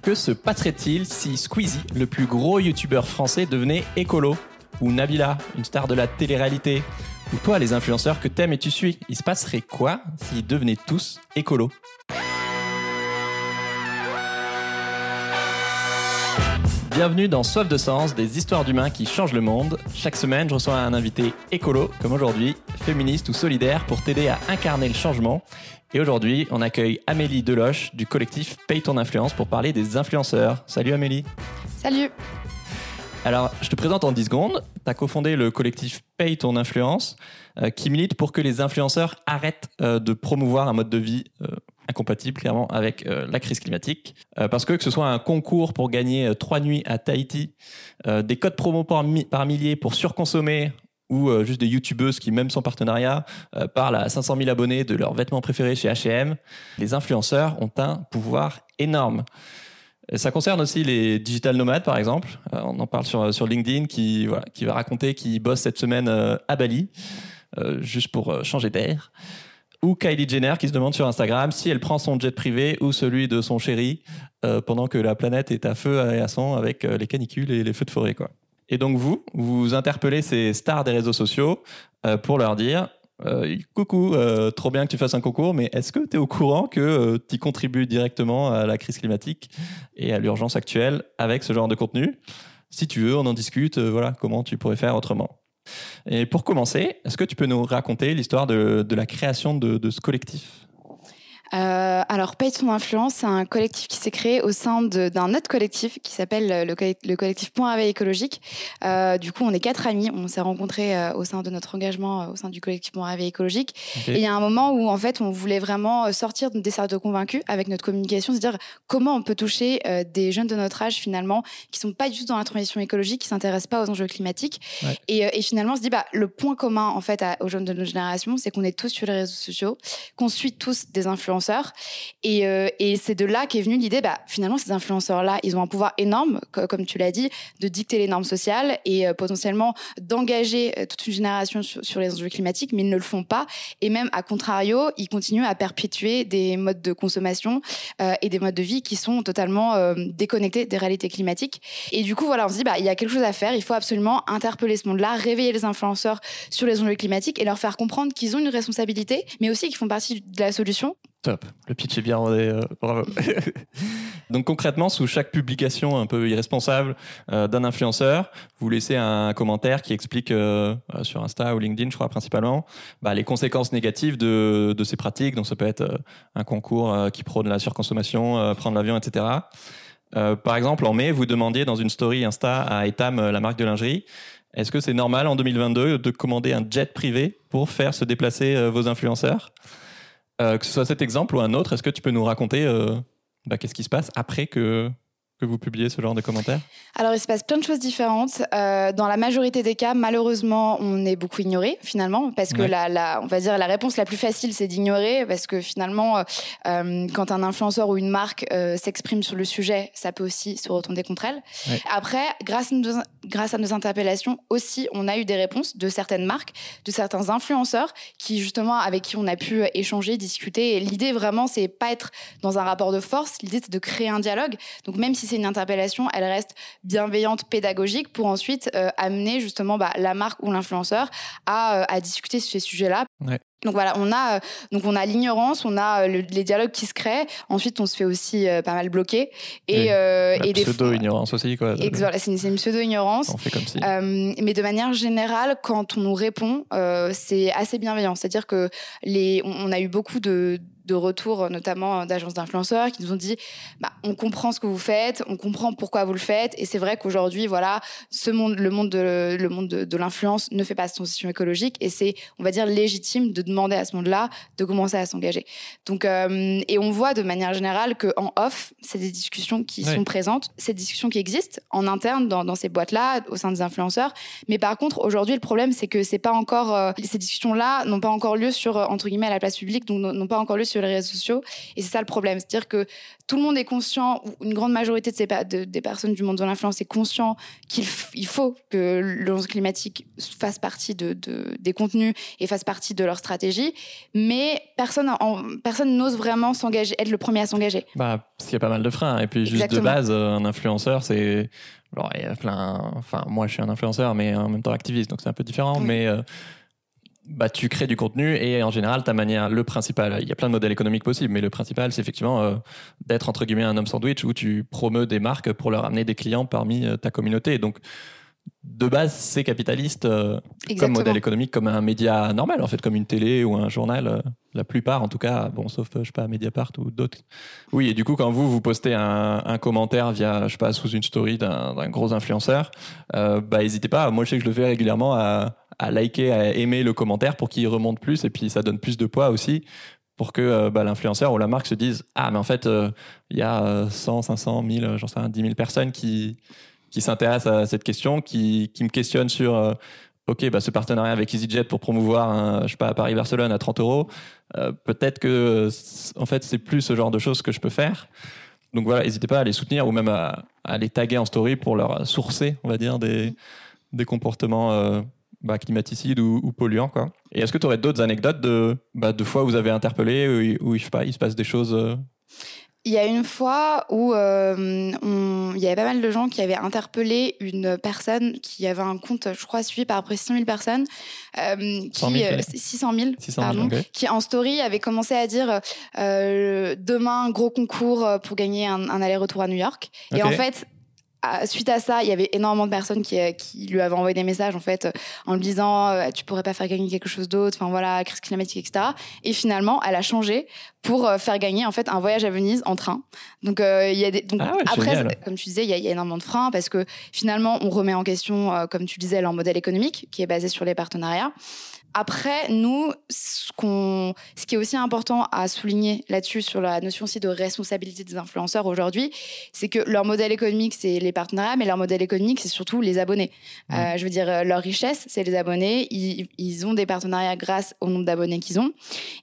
Que se passerait-il si Squeezie, le plus gros youtubeur français, devenait écolo? Ou Nabila, une star de la télé-réalité? Ou toi, les influenceurs que t'aimes et tu suis? Il se passerait quoi s'ils devenaient tous écolos? Bienvenue dans Soif de Sens, des histoires d'humains qui changent le monde. Chaque semaine, je reçois un invité écolo, comme aujourd'hui, féministe ou solidaire, pour t'aider à incarner le changement. Et aujourd'hui, on accueille Amélie Deloche du collectif Paye ton influence pour parler des influenceurs. Salut Amélie. Salut. Alors, je te présente en 10 secondes. Tu as cofondé le collectif Paye ton influence, qui milite pour que les influenceurs arrêtent de promouvoir un mode de vie incompatible clairement avec la crise climatique. Parce que ce soit un concours pour gagner 3 nuits à Tahiti, des codes promo par milliers pour surconsommer, ou juste des youtubeuses qui, même sans partenariat, parlent à 500 000 abonnés de leurs vêtements préférés chez H&M, les influenceurs ont un pouvoir énorme. Ça concerne aussi les digital nomades, par exemple. On en parle sur LinkedIn, qui va raconter qu'il bosse cette semaine à Bali, juste pour changer d'air. Ou Kylie Jenner, qui se demande sur Instagram si elle prend son jet privé ou celui de son chéri, pendant que la planète est à feu et à sang avec les canicules et les feux de forêt, quoi. Et donc vous interpellez ces stars des réseaux sociaux pour leur dire coucou, trop bien que tu fasses un concours, mais est-ce que tu es au courant que tu contribues directement à la crise climatique et à l'urgence actuelle avec ce genre de contenu? Si tu veux, on en discute, voilà, comment tu pourrais faire autrement. Et pour commencer, est-ce que tu peux nous raconter l'histoire de la création de ce collectif? Alors, Paye ton influence, c'est un collectif qui s'est créé au sein d'un autre collectif qui s'appelle le collectif Point Réveil écologique. Du coup, on est 4 amis. On s'est rencontrés au sein de notre engagement au sein du collectif Point Réveil écologique. Okay. Et il y a un moment où, en fait, on voulait vraiment sortir des cercles convaincus avec notre communication, c'est-à-dire comment on peut toucher des jeunes de notre âge, finalement, qui sont pas du tout dans la transition écologique, qui s'intéressent pas aux enjeux climatiques. Ouais. Et finalement, on se dit, le point commun, en fait, aux jeunes de notre génération, c'est qu'on est tous sur les réseaux sociaux, qu'on suit tous des influenceurs. Et c'est de là qu'est venue l'idée, finalement, ces influenceurs-là, ils ont un pouvoir énorme, comme tu l'as dit, de dicter les normes sociales et potentiellement d'engager toute une génération sur les enjeux climatiques, mais ils ne le font pas. Et même, à contrario, ils continuent à perpétuer des modes de consommation et des modes de vie qui sont totalement déconnectés des réalités climatiques. Et du coup, voilà, on se dit, il y a quelque chose à faire. Il faut absolument interpeller ce monde-là, réveiller les influenceurs sur les enjeux climatiques et leur faire comprendre qu'ils ont une responsabilité, mais aussi qu'ils font partie de la solution. Top, le pitch est bien rodé, bravo. Donc concrètement, sous chaque publication un peu irresponsable d'un influenceur, vous laissez un commentaire qui explique sur Insta ou LinkedIn, je crois principalement, les conséquences négatives de ces pratiques. Donc ça peut être un concours qui prône la surconsommation, prendre l'avion, etc. Par exemple, en mai, vous demandiez dans une story Insta à Etam, la marque de lingerie, est-ce que c'est normal en 2022 de commander un jet privé pour faire se déplacer vos influenceurs? Que ce soit cet exemple ou un autre, est-ce que tu peux nous raconter qu'est-ce qui se passe après que vous publiez ce genre de commentaires? Alors, il se passe plein de choses différentes. Dans la majorité des cas, malheureusement, on est beaucoup ignoré, finalement, parce que on va dire la réponse la plus facile, c'est d'ignorer, parce que finalement, quand un influenceur ou une marque s'exprime sur le sujet, ça peut aussi se retourner contre elle. Ouais. Après, grâce à nos interpellations aussi, on a eu des réponses de certaines marques, de certains influenceurs, qui justement, avec qui on a pu échanger, discuter. Et l'idée, vraiment, c'est pas être dans un rapport de force. L'idée, c'est de créer un dialogue. Donc, même si c'est une interpellation, elle reste bienveillante, pédagogique, pour ensuite amener justement la marque ou l'influenceur à discuter sur ces sujets-là. Ouais. Donc voilà, on a l'ignorance, on a les dialogues qui se créent. Ensuite, on se fait aussi pas mal bloquer. Et pseudo-ignorance aussi, quoi. Voilà, c'est une pseudo-ignorance. On fait comme si. Mais de manière générale, quand on nous répond, c'est assez bienveillant. C'est-à-dire que on a eu beaucoup de retours, notamment d'agences d'influenceurs, qui nous ont dit on comprend ce que vous faites, on comprend pourquoi vous le faites, et c'est vrai qu'aujourd'hui, voilà, le monde de l'influence ne fait pas cette transition écologique, et c'est, on va dire, légitime de demander à ce monde-là de commencer à s'engager. Donc, et on voit de manière générale qu'en off, c'est des discussions qui sont présentes, c'est des discussions qui existent en interne dans ces boîtes-là, au sein des influenceurs, mais par contre, aujourd'hui, le problème, c'est que c'est pas encore, ces discussions-là n'ont pas encore lieu sur, entre guillemets, à la place publique, donc n'ont pas encore lieu sur les réseaux sociaux. Et c'est ça le problème. C'est-à-dire que tout le monde est conscient, ou une grande majorité des personnes du monde de l'influence est conscient qu'il faut que l'urgence climatique fasse partie des contenus et fasse partie de leur stratégie. Mais personne n'ose vraiment s'engager, être le premier à s'engager. Parce qu'il y a pas mal de freins. Et puis, juste de base, un influenceur, c'est... Alors, il y a plein... Enfin, moi, je suis un influenceur, mais en même temps activiste, donc c'est un peu différent. Oui. Mais tu crées du contenu et en général, ta manière... Le principal, il y a plein de modèles économiques possibles, mais le principal, c'est effectivement d'être, entre guillemets, un homme sandwich où tu promeus des marques pour leur amener des clients parmi ta communauté. Donc, de base, c'est capitaliste comme modèle économique, comme un média normal, en fait, comme une télé ou un journal. La plupart, en tout cas, bon, sauf, je sais pas, Mediapart ou d'autres. Oui, et du coup, quand vous postez un commentaire via, je sais pas, sous une story d'un gros influenceur, n'hésitez pas. Moi, je sais que je le fais régulièrement à liker, à aimer le commentaire pour qu'il remonte plus, et puis ça donne plus de poids aussi pour que l'influenceur ou la marque se dise « Ah, mais en fait, il y a 100, 500, 1000, j'en sais rien, 10 000 personnes qui s'intéressent à cette question, qui me questionnent sur ce partenariat avec EasyJet pour promouvoir je sais pas, à Paris-Barcelone à 30 €, peut-être que en fait c'est plus ce genre de choses que je peux faire. Donc voilà, n'hésitez pas à les soutenir ou même à les taguer en story pour leur sourcer, on va dire, des comportements climaticides ou polluants, quoi. Et est-ce que tu aurais d'autres anecdotes de fois où vous avez interpellé, où je sais pas, il se passe des choses Il y a une fois où il y avait pas mal de gens qui avaient interpellé une personne qui avait un compte, je crois, suivi par après 600 000 personnes, 600 000, pardon, okay. Qui en story avait commencé à dire demain, gros concours pour gagner un aller-retour à New York. Okay. Et en fait, suite à ça, il y avait énormément de personnes qui lui avaient envoyé des messages en fait en lui disant tu pourrais pas faire gagner quelque chose d'autre, enfin voilà, crise climatique, etc. Et finalement, elle a changé pour faire gagner en fait un voyage à Venise en train. Donc il y a après, comme tu disais, il y a énormément de freins parce que finalement, on remet en question, comme tu disais, leur modèle économique qui est basé sur les partenariats. Après, nous, ce qui est aussi important à souligner là-dessus, sur la notion aussi de responsabilité des influenceurs aujourd'hui, c'est que leur modèle économique, c'est les partenariats, mais leur modèle économique, c'est surtout les abonnés. Je veux dire, leur richesse, c'est les abonnés. Ils ont des partenariats grâce au nombre d'abonnés qu'ils ont.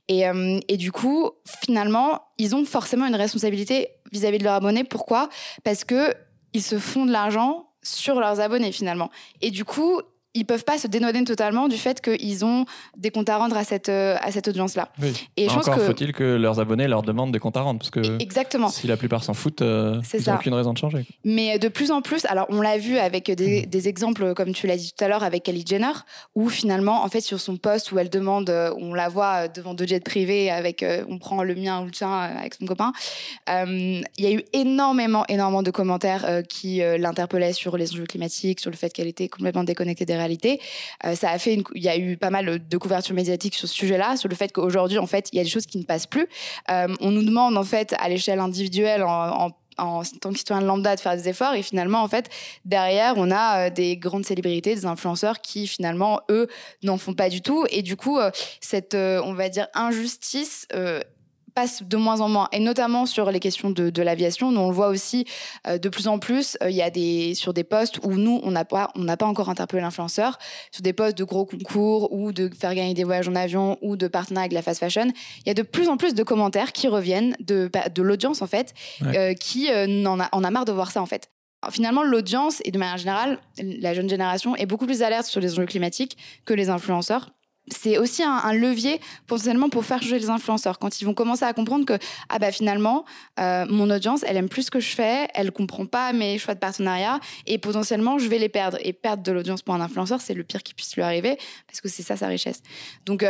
Et du coup, finalement, ils ont forcément une responsabilité vis-à-vis de leurs abonnés. Pourquoi ? Parce qu'ils se font de l'argent sur leurs abonnés, finalement. Et du coup, ils peuvent pas se dénoder totalement du fait qu'ils ont des comptes à rendre à cette audience-là. Oui. Et je pense que faut-il que leurs abonnés leur demandent des comptes à rendre, parce que exactement. Si la plupart s'en foutent, ils n'ont aucune raison de changer. Mais de plus en plus, alors on l'a vu avec des exemples, comme tu l'as dit tout à l'heure, avec Kylie Jenner, où finalement, en fait, sur son post où elle demande, on la voit devant 2 jets privés, avec, on prend le mien ou le tien avec son copain, il y a eu énormément de commentaires qui l'interpellaient sur les enjeux climatiques, sur le fait qu'elle était complètement déconnectée des réalité. Il y a eu pas mal de couverture médiatique sur ce sujet-là, sur le fait qu'aujourd'hui, en fait, il y a des choses qui ne passent plus. On nous demande, en fait, à l'échelle individuelle, en tant que citoyen lambda, de faire des efforts, et finalement, en fait, derrière, on a des grandes célébrités, des influenceurs qui, finalement, eux, n'en font pas du tout. Et du coup, cette, on va dire, injustice passe de moins en moins, et notamment sur les questions de l'aviation. Nous, on le voit aussi de plus en plus, il y a sur des postes où nous, on n'a pas encore interpellé l'influenceur, sur des postes de gros concours ou de faire gagner des voyages en avion ou de partenariat avec la fast fashion. Il y a de plus en plus de commentaires qui reviennent de l'audience, en fait, qui en a marre de voir ça, en fait. Alors, finalement, l'audience, et de manière générale, la jeune génération, est beaucoup plus alerte sur les enjeux climatiques que les influenceurs. C'est aussi un levier potentiellement pour faire changer les influenceurs quand ils vont commencer à comprendre que finalement mon audience, elle aime plus ce que je fais, elle comprend pas mes choix de partenariat, et potentiellement je vais les perdre, et perdre de l'audience pour un influenceur, c'est le pire qui puisse lui arriver, parce que c'est ça sa richesse. Donc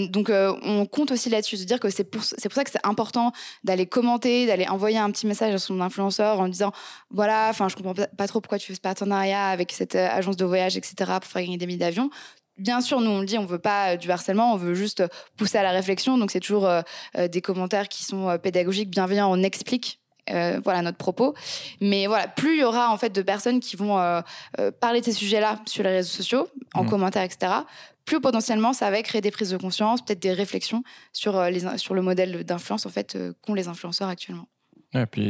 on compte aussi là-dessus, de dire que c'est pour ça que c'est important d'aller commenter, d'aller envoyer un petit message à son influenceur en lui disant voilà, enfin je comprends pas trop pourquoi tu fais ce partenariat avec cette agence de voyage, etc., pour faire gagner des billets d'avion. Bien sûr, nous, on le dit, on veut pas du harcèlement, on veut juste pousser à la réflexion. Donc, c'est toujours des commentaires qui sont pédagogiques, bienveillants, on explique notre propos. Mais voilà, plus il y aura en fait de personnes qui vont parler de ces sujets-là sur les réseaux sociaux, en commentaire, etc., plus potentiellement, ça va créer des prises de conscience, peut-être des réflexions sur le modèle d'influence en fait qu'ont les influenceurs actuellement. Et puis,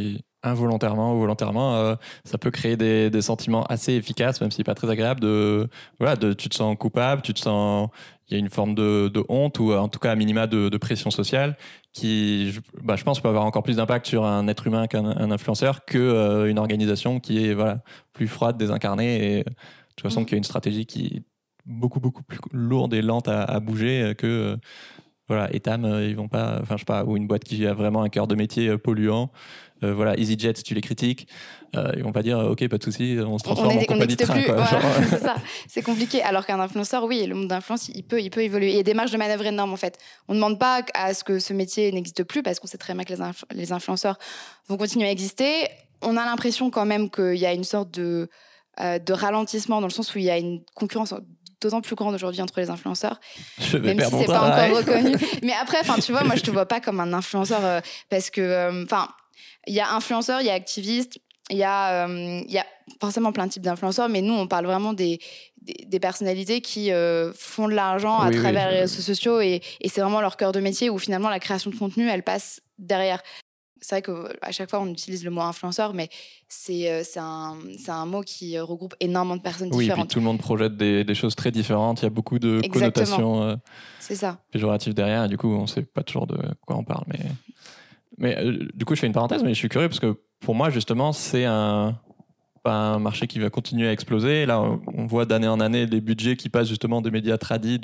involontairement ou volontairement, ça peut créer des sentiments assez efficaces, même si pas très agréables. Tu te sens coupable, il y a une forme de honte ou en tout cas à minima de pression sociale qui, je pense, peut avoir encore plus d'impact sur un être humain qu'un influenceur que une organisation qui est plus froide, désincarnée et de toute façon qui a une stratégie qui est beaucoup beaucoup plus lourde et lente à bouger que Etam, ils vont pas, je sais pas, ou une boîte qui a vraiment un cœur de métier polluant. EasyJet, si tu les critiques, ils vont pas dire ok, pas de souci, on se transforme en compagnie de train. C'est ça, c'est compliqué. Alors qu'un influenceur, oui, le monde d'influence, il peut évoluer. Il y a des marges de manœuvre énormes en fait. On ne demande pas à ce que ce métier n'existe plus parce qu'on sait très bien que les influenceurs vont continuer à exister. On a l'impression quand même qu'il y a une sorte de ralentissement dans le sens où il y a une concurrence d'autant plus grande aujourd'hui entre les influenceurs, même si c'est pas encore reconnu. Mais après, tu vois, moi je te vois pas comme un influenceur parce que, il y a influenceurs, il y a activistes, il y a forcément plein de types d'influenceurs, mais nous on parle vraiment des personnalités qui font de l'argent à travers les réseaux sociaux et c'est vraiment leur cœur de métier où finalement la création de contenu elle passe derrière. C'est vrai qu'à chaque fois, on utilise le mot influenceur, mais c'est un mot qui regroupe énormément de personnes différentes. Oui, et puis tout le monde projette des choses très différentes. Il y a beaucoup de connotations péjoratives derrière. Et du coup, on ne sait pas toujours de quoi on parle. Mais du coup, je fais une parenthèse, mais je suis curieux parce que pour moi, justement, c'est pas un marché qui va continuer à exploser. Là, on voit d'année en année des budgets qui passent justement des médias tradis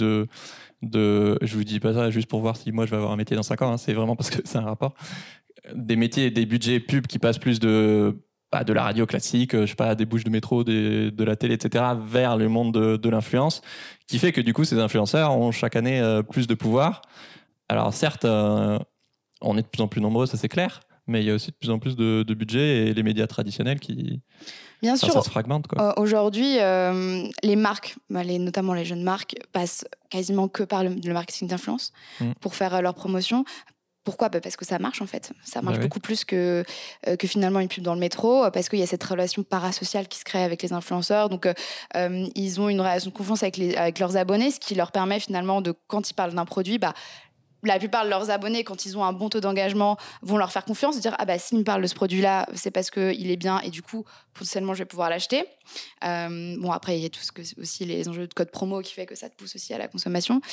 je vous dis pas ça juste pour voir si moi je vais avoir un métier dans 5 ans. C'est vraiment parce que c'est un rapport. Des métiers et des budgets pubs qui passent plus de la radio classique, je sais pas, des bouches de métro, de la télé, etc., vers le monde de l'influence, qui fait que du coup, ces influenceurs ont chaque année plus de pouvoir. Alors certes, on est de plus en plus nombreux, ça c'est clair, mais il y a aussi de plus en plus de budget et les médias traditionnels qui... Bien sûr, ça se fragmente, quoi. Aujourd'hui, les marques, notamment les jeunes marques, passent quasiment que par le marketing d'influence pour faire leur promotion. Pourquoi ? Parce que ça marche en fait. Ça marche beaucoup plus que finalement une pub dans le métro, parce qu'il y a cette relation parasociale qui se crée avec les influenceurs. Donc, ils ont une relation de confiance avec leurs abonnés, ce qui leur permet finalement de, quand ils parlent d'un produit, la plupart de leurs abonnés, quand ils ont un bon taux d'engagement, vont leur faire confiance, dire s'ils me parlent de ce produit-là, c'est parce qu'il est bien et du coup, potentiellement, je vais pouvoir l'acheter. Après, il y a tout aussi les enjeux de code promo qui fait que ça te pousse aussi à la consommation.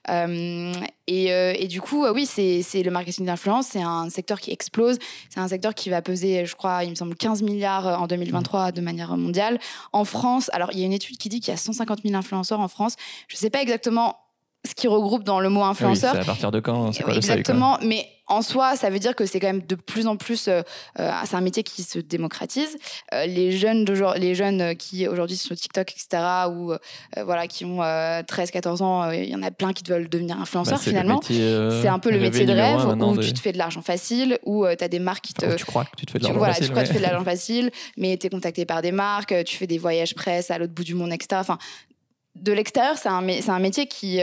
Et du coup, oui, c'est le marketing d'influence, c'est un secteur qui explose, c'est un secteur qui va peser, je crois, il me semble 15 milliards en 2023 de manière mondiale. En France, alors il y a une étude qui dit qu'il y a 150 000 influenceurs en France. Je ne sais pas exactement ce qui regroupe dans le mot influenceur. Oui, c'est à partir de quand, c'est quoi le seuil ? Exactement, mais en soi, ça veut dire que c'est quand même de plus en plus... c'est un métier qui se démocratise. Les jeunes qui aujourd'hui sont sur TikTok, etc., ou qui ont 13-14 ans, il y en a plein qui veulent devenir influenceurs finalement. C'est un peu le métier de rêve où tu te fais de l'argent facile, où tu as des marques qui te... tu crois que tu te fais de l'argent facile. Tu crois que tu fais de l'argent facile, mais tu es contacté par des marques, tu fais des voyages presse à l'autre bout du monde, etc. De l'extérieur, c'est un métier qui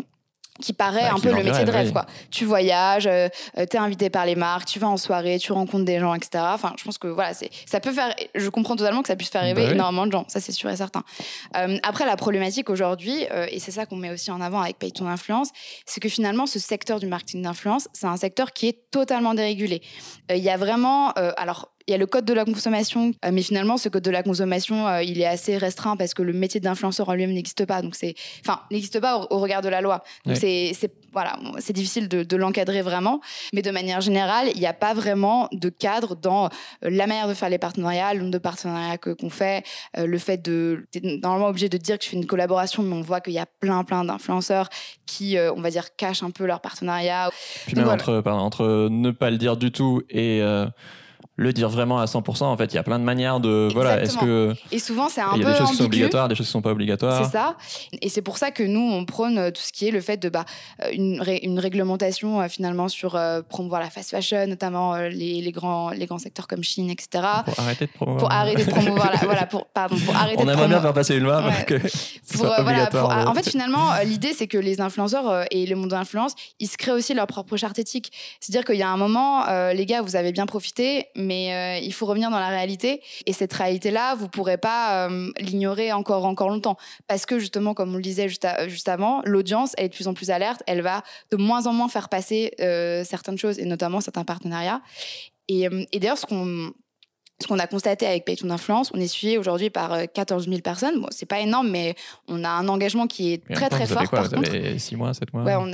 paraît un peu le métier de rêve, quoi. Tu voyages, t'es invité par les marques, tu vas en soirée, tu rencontres des gens, etc. Je pense que ça peut faire. Je comprends totalement que ça puisse faire rêver énormément de gens, ça c'est sûr et certain. Après, la problématique aujourd'hui, et c'est ça qu'on met aussi en avant avec Paye ton influence, c'est que finalement, ce secteur du marketing d'influence, c'est un secteur qui est totalement dérégulé. Il y a vraiment, il y a le code de la consommation, mais finalement, ce code de la consommation, il est assez restreint parce que le métier d'influenceur en lui-même n'existe pas. Donc n'existe pas au regard de la loi. Donc c'est difficile de l'encadrer vraiment. Mais de manière générale, il n'y a pas vraiment de cadre dans la manière de faire les partenariats, le nombre de partenariats qu'on fait, le fait t'es normalement obligé de dire que tu fais une collaboration, mais on voit qu'il y a plein d'influenceurs qui, on va dire, cachent un peu leur partenariat. Puis même entre ne pas le dire du tout et... le dire vraiment à 100%, en fait, il y a plein de manières de... Et souvent, c'est un peu ambigu. Il y a des choses qui sont obligatoires, des choses qui ne sont pas obligatoires. C'est ça. Et c'est pour ça que nous, on prône tout ce qui est le fait de une réglementation finalement sur promouvoir la fast fashion, notamment les grands secteurs comme Chine, etc. Pour arrêter de promouvoir. Pour arrêter de promouvoir. Pour arrêter on aimerait bien faire passer une loi que ce soit obligatoire. En fait, finalement, l'idée, c'est que les influenceurs et le monde de l'influence, ils se créent aussi leur propre charte éthique. C'est-à-dire qu'il y a un moment, les gars, vous avez bien profité, mais il faut revenir dans la réalité. Et cette réalité-là, vous ne pourrez pas l'ignorer encore longtemps. Parce que justement, comme on le disait juste avant, l'audience, elle est de plus en plus alerte. Elle va de moins en moins faire passer certaines choses, et notamment certains partenariats. Et d'ailleurs, ce qu'on Ce qu'on a constaté avec Pay ton influence, on est suivi aujourd'hui par 14 000 personnes. Bon, c'est pas énorme, mais on a un engagement qui est très très fort. Vous avez 6 mois, 7 mois? Ouais, on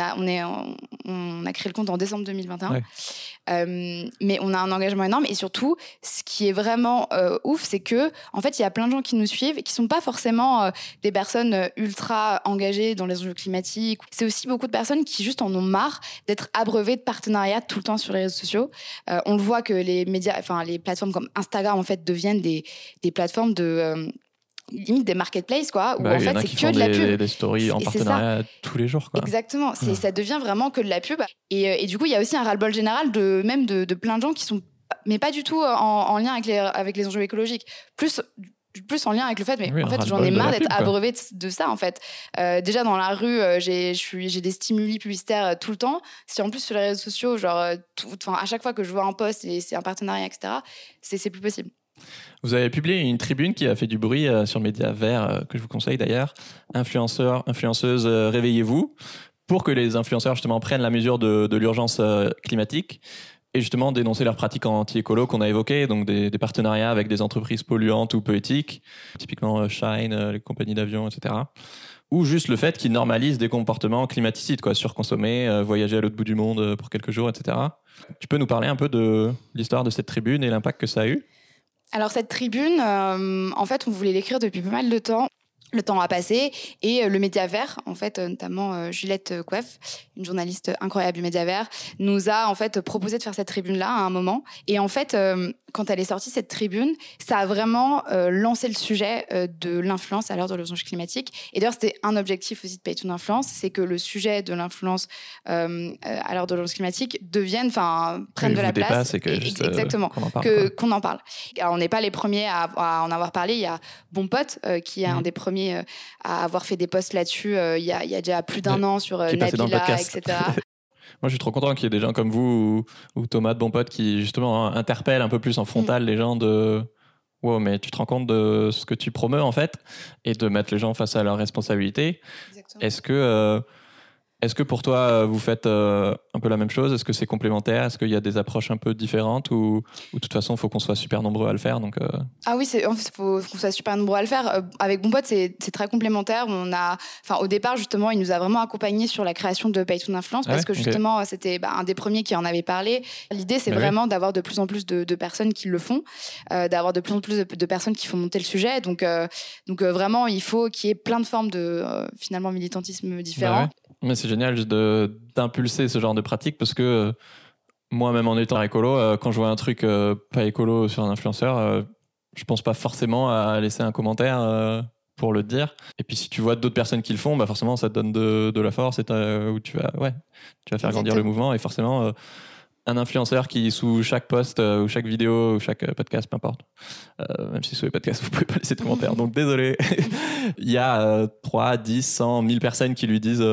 a créé le compte en décembre 2021. Ouais. Mais on a un engagement énorme. Et surtout, ce qui est vraiment ouf, c'est que en fait, il y a plein de gens qui nous suivent et qui sont pas forcément des personnes ultra engagées dans les enjeux climatiques. C'est aussi beaucoup de personnes qui juste en ont marre d'être abreuvées de partenariats tout le temps sur les réseaux sociaux. On le voit que les médias, enfin les plateformes comme Instagram en fait deviennent des plateformes de limite des marketplaces quoi, où en fait c'est que de la pub, des stories en partenariat tous les jours quoi. Exactement, ça devient vraiment que de la pub et du coup il y a aussi un ras-le-bol général de plein de gens qui sont mais pas du tout en lien avec les enjeux écologiques, plus en lien avec le fait en fait j'en ai marre d'être abreuvée de ça en fait. Déjà dans la rue j'ai des stimuli publicitaires tout le temps, si en plus sur les réseaux sociaux genre à chaque fois que je vois un post et c'est un partenariat etc, c'est plus possible. Vous avez publié une tribune qui a fait du bruit sur Média Vert, que je vous conseille d'ailleurs. Influenceurs, influenceuses, réveillez-vous, pour que les influenceurs justement prennent la mesure de l'urgence climatique et justement dénoncer leurs pratiques anti-écolo qu'on a évoquées, donc des partenariats avec des entreprises polluantes ou peu éthiques, typiquement Shine, les compagnies d'avions, etc. Ou juste le fait qu'ils normalisent des comportements climaticides, quoi, surconsommer, voyager à l'autre bout du monde pour quelques jours, etc. Tu peux nous parler un peu de l'histoire de cette tribune et l'impact que ça a eu ? Alors cette tribune, en fait, on voulait l'écrire depuis pas mal de temps. Le temps a passé et le Média Vert, en fait, notamment Juliette Coeff, une journaliste incroyable du Média Vert, nous a en fait proposé de faire cette tribune-là à un moment. Et en fait, quand elle est sortie cette tribune, ça a vraiment lancé le sujet de l'influence à l'heure de l'urgence climatique. Et d'ailleurs, c'était un objectif aussi de Pay ton influence, c'est que le sujet de l'influence à l'heure de l'urgence climatique prenne de la place. Et que juste, exactement, qu'on en parle. Alors, on n'est pas les premiers à en avoir parlé. Il y a Bon Pote qui est un des premiers à avoir fait des posts là-dessus il y a déjà plus d'un an sur Nabila, etc. Moi, je suis trop content qu'il y ait des gens comme vous ou Thomas de Bon Pote qui, justement, interpellent un peu plus en frontal les gens de « Wow, mais tu te rends compte de ce que tu promeus, en fait ?» et de mettre les gens face à leurs responsabilités. Exactement. Est-ce que pour toi, vous faites un peu la même chose ? Est-ce que c'est complémentaire ? Est-ce qu'il y a des approches un peu différentes ou de toute façon, il faut qu'on soit super nombreux à le faire Ah oui, il faut qu'on soit super nombreux à le faire. Avec Bon Pote, c'est très complémentaire. Au départ, justement, il nous a vraiment accompagnés sur la création de Pay ton influence parce que justement, c'était un des premiers qui en avait parlé. L'idée, c'est vraiment d'avoir de plus en plus de personnes qui le font, d'avoir de plus en plus de personnes qui font monter le sujet. Donc vraiment, il faut qu'il y ait plein de formes de finalement militantisme différents. Mais c'est génial juste d'impulser ce genre de pratique parce que moi, même en étant écolo, quand je vois un truc pas écolo sur un influenceur, je pense pas forcément à laisser un commentaire pour le dire. Et puis si tu vois d'autres personnes qui le font, forcément ça te donne de la force et où tu vas faire grandir le mouvement. Et forcément, un influenceur qui, sous chaque post ou chaque vidéo ou chaque podcast, peu importe, même si sous les podcasts, vous pouvez pas laisser de commentaires, donc désolé, il y a 3, 10, 100, 1000 personnes qui lui disent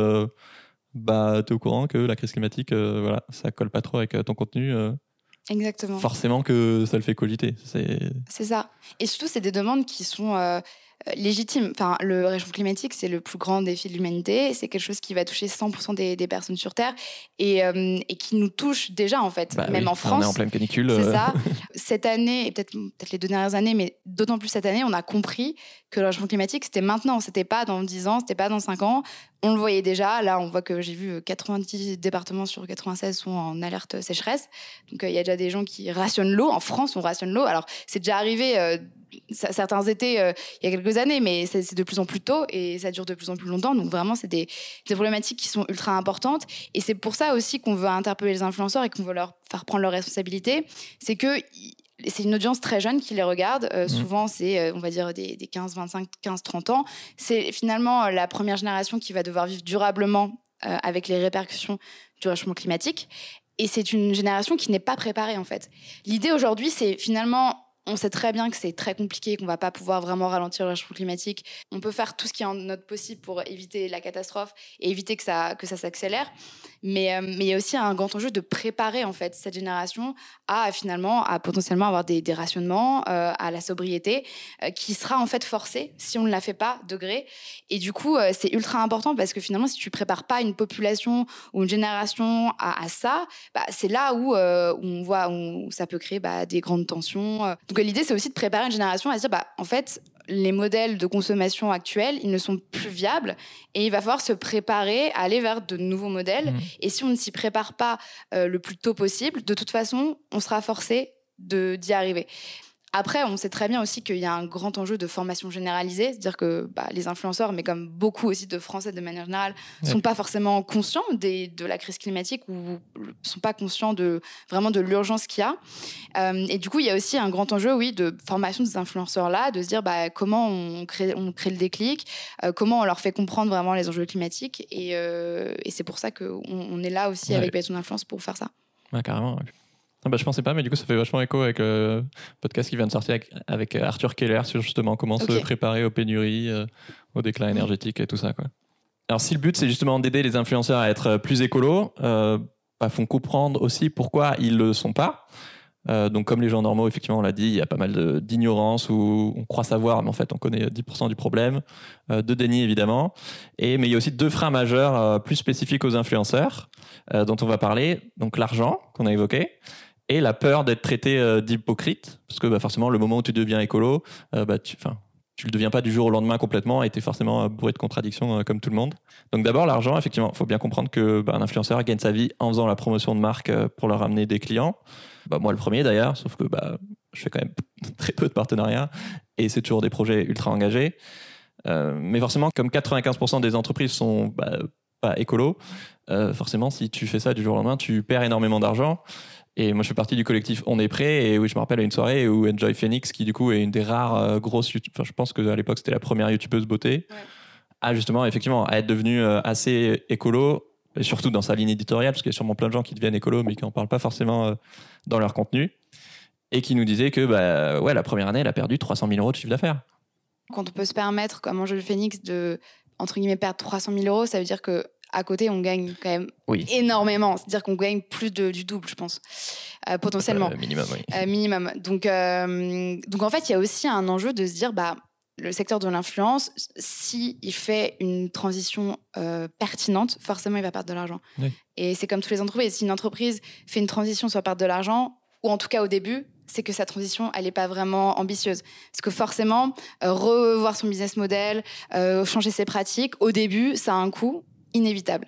t'es au courant que la crise climatique, ça colle pas trop avec ton contenu. Exactement. Forcément que ça le fait cogiter. C'est ça. Et surtout, c'est des demandes qui sont légitime. Enfin, le réchauffement climatique, c'est le plus grand défi de l'humanité. C'est quelque chose qui va toucher 100% des personnes sur Terre et qui nous touche déjà, en fait. Même en France. On est en pleine canicule. C'est ça. Cette année, et peut-être les 2 dernières années, mais d'autant plus cette année, on a compris que le réchauffement climatique, c'était maintenant. C'était pas dans 10 ans, c'était pas dans 5 ans. On le voyait déjà. Là, on voit que j'ai vu 90 départements sur 96 sont en alerte sécheresse. Donc, il y a déjà des gens qui rationnent l'eau. En France, on rationne l'eau. Alors, c'est déjà arrivé... certains étés il y a quelques années, mais c'est de plus en plus tôt et ça dure de plus en plus longtemps. Donc vraiment, c'est des problématiques qui sont ultra importantes. Et c'est pour ça aussi qu'on veut interpeller les influenceurs et qu'on veut leur faire prendre leurs responsabilités. C'est que c'est une audience très jeune qui les regarde. Souvent, c'est, on va dire, des 15, 25, 15, 30 ans. C'est finalement la première génération qui va devoir vivre durablement avec les répercussions du réchauffement climatique. Et c'est une génération qui n'est pas préparée, en fait. L'idée aujourd'hui, c'est finalement... On sait très bien que c'est très compliqué, qu'on ne va pas pouvoir vraiment ralentir le réchauffement climatique. On peut faire tout ce qui est en notre possible pour éviter la catastrophe et éviter que ça s'accélère. Mais il y a aussi un grand enjeu de préparer en fait, cette génération à potentiellement avoir des rationnements, à la sobriété, qui sera en fait forcée si on ne la fait pas de gré. Et du coup, c'est ultra important parce que finalement, si tu ne prépares pas une population ou une génération à ça, c'est là où on voit où ça peut créer des grandes tensions. Donc l'idée, c'est aussi de préparer une génération à se dire, en fait, les modèles de consommation actuels, ils ne sont plus viables et il va falloir se préparer à aller vers de nouveaux modèles. Et si on ne s'y prépare pas le plus tôt possible, de toute façon, on sera forcé d'y arriver. Après, on sait très bien aussi qu'il y a un grand enjeu de formation généralisée, c'est-à-dire que les influenceurs, mais comme beaucoup aussi de Français de manière générale, ne sont pas forcément conscients de la crise climatique ou ne sont pas conscients vraiment de l'urgence qu'il y a. Et du coup, il y a aussi un grand enjeu, de formation de ces influenceurs-là, de se dire comment on crée le déclic, comment on leur fait comprendre vraiment les enjeux climatiques. Et c'est pour ça qu'on est là aussi avec Pay Ton Influence pour faire ça. Ouais, carrément, ouais. Je pensais pas, mais du coup, ça fait vachement écho avec le podcast qui vient de sortir avec Arthur Keller sur justement comment se préparer aux pénuries, au déclin énergétique et tout ça, quoi. Alors, si le but, c'est justement d'aider les influenceurs à être plus écolos, font comprendre aussi pourquoi ils le sont pas. Donc, comme les gens normaux, effectivement, on l'a dit, il y a pas mal d'ignorance où on croit savoir, mais en fait, on connaît 10% du problème, de déni, évidemment. Mais il y a aussi 2 freins majeurs plus spécifiques aux influenceurs dont on va parler. Donc, l'argent, qu'on a évoqué, et la peur d'être traité d'hypocrite, parce que forcément, le moment où tu deviens écolo, tu le deviens pas du jour au lendemain complètement et tu es forcément bourré de contradictions comme tout le monde. Donc d'abord, l'argent, effectivement, il faut bien comprendre qu'un influenceur gagne sa vie en faisant la promotion de marque pour leur amener des clients. Moi, le premier d'ailleurs, sauf que je fais quand même très peu de partenariats et c'est toujours des projets ultra engagés. Mais forcément, comme 95% des entreprises sont pas écolo, forcément, si tu fais ça du jour au lendemain, tu perds énormément d'argent. Et moi, je fais partie du collectif On est prêt. Et oui, je me rappelle à une soirée où Enjoy Phoenix, qui du coup est une des rares grosses, je pense qu'à l'époque c'était la première youtubeuse beauté, a justement effectivement à être devenue assez écolo, et surtout dans sa ligne éditoriale, parce qu'il y a sûrement plein de gens qui deviennent écolo, mais qui n'en parlent pas forcément dans leur contenu, et qui nous disait que la première année, elle a perdu 300 000 € de chiffre d'affaires. Quand on peut se permettre, comme Enjoy Phoenix, de entre guillemets perdre 300 000 €, ça veut dire que à côté, on gagne quand même énormément. C'est-à-dire qu'on gagne plus du double, je pense, potentiellement. Minimum, oui. Minimum. Donc, en fait, il y a aussi un enjeu de se dire, le secteur de l'influence, s'il fait une transition pertinente, forcément, il va perdre de l'argent. Oui. Et c'est comme toutes les entreprises. Si une entreprise fait une transition sur perdre de l'argent, ou en tout cas au début, c'est que sa transition, elle n'est pas vraiment ambitieuse. Parce que forcément, revoir son business model, changer ses pratiques, au début, ça a un coût inévitable.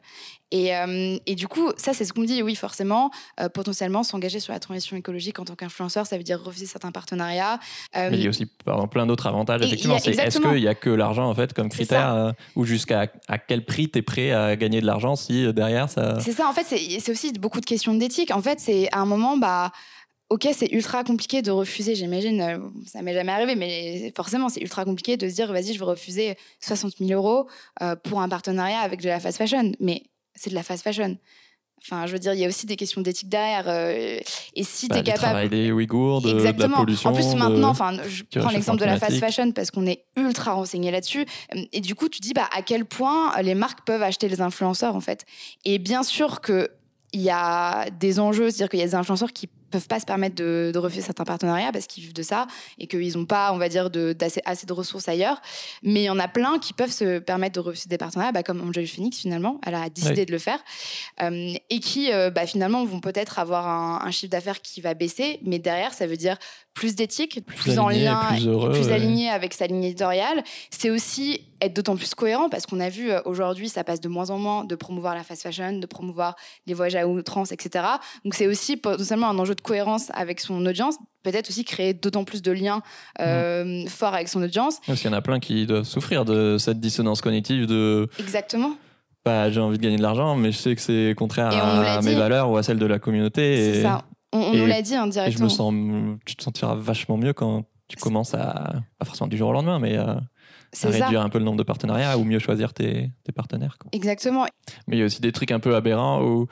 Et du coup, ça, c'est ce qu'on me dit. Oui, forcément, potentiellement, s'engager sur la transition écologique en tant qu'influenceur, ça veut dire refuser certains partenariats. Mais il y a aussi plein d'autres avantages. Effectivement, est-ce qu'il n'y a que l'argent, en fait, comme critère ou jusqu'à quel prix tu es prêt à gagner de l'argent si derrière ça... C'est ça, en fait, c'est aussi beaucoup de questions d'éthique. En fait, c'est à un moment... Ok, c'est ultra compliqué de refuser, j'imagine, ça m'est jamais arrivé, mais forcément, c'est ultra compliqué de se dire, vas-y, je vais refuser 60 000 € pour un partenariat avec de la fast fashion. Mais c'est de la fast fashion. Enfin, je veux dire, il y a aussi des questions d'éthique derrière. Et si tu es capable... travail des Ouïghours, de la pollution... En plus, maintenant, je prends l'exemple de la fast fashion parce qu'on est ultra renseigné là-dessus. Et du coup, tu dis à quel point les marques peuvent acheter les influenceurs, en fait. Et bien sûr qu'il y a des enjeux, c'est-à-dire qu'il y a des influenceurs qui peuvent pas se permettre de refuser certains partenariats parce qu'ils vivent de ça et qu'ils n'ont pas, on va dire, assez de ressources ailleurs. Mais il y en a plein qui peuvent se permettre de refuser des partenariats, comme Enjoy Phoenix, finalement. Elle a décidé de le faire. Et qui, finalement, vont peut-être avoir un chiffre d'affaires qui va baisser. Mais derrière, ça veut dire plus d'éthique, plus en lien, plus aligné avec sa ligne éditoriale. C'est aussi être d'autant plus cohérent parce qu'on a vu aujourd'hui, ça passe de moins en moins de promouvoir la fast fashion, de promouvoir les voyages à outrance, etc. Donc c'est aussi potentiellement un enjeu de cohérence avec son audience, peut-être aussi créer d'autant plus de liens forts avec son audience. Parce qu'il y en a plein qui doivent souffrir de cette dissonance cognitive de... Exactement. J'ai envie de gagner de l'argent, mais je sais que c'est contraire à mes valeurs ou à celles de la communauté. C'est ça. On nous l'a dit directement. Et tu te sentiras vachement mieux quand tu commences pas forcément du jour au lendemain, mais à réduire un peu le nombre de partenariats ou mieux choisir tes partenaires, quoi. Exactement. Mais il y a aussi des trucs un peu aberrants où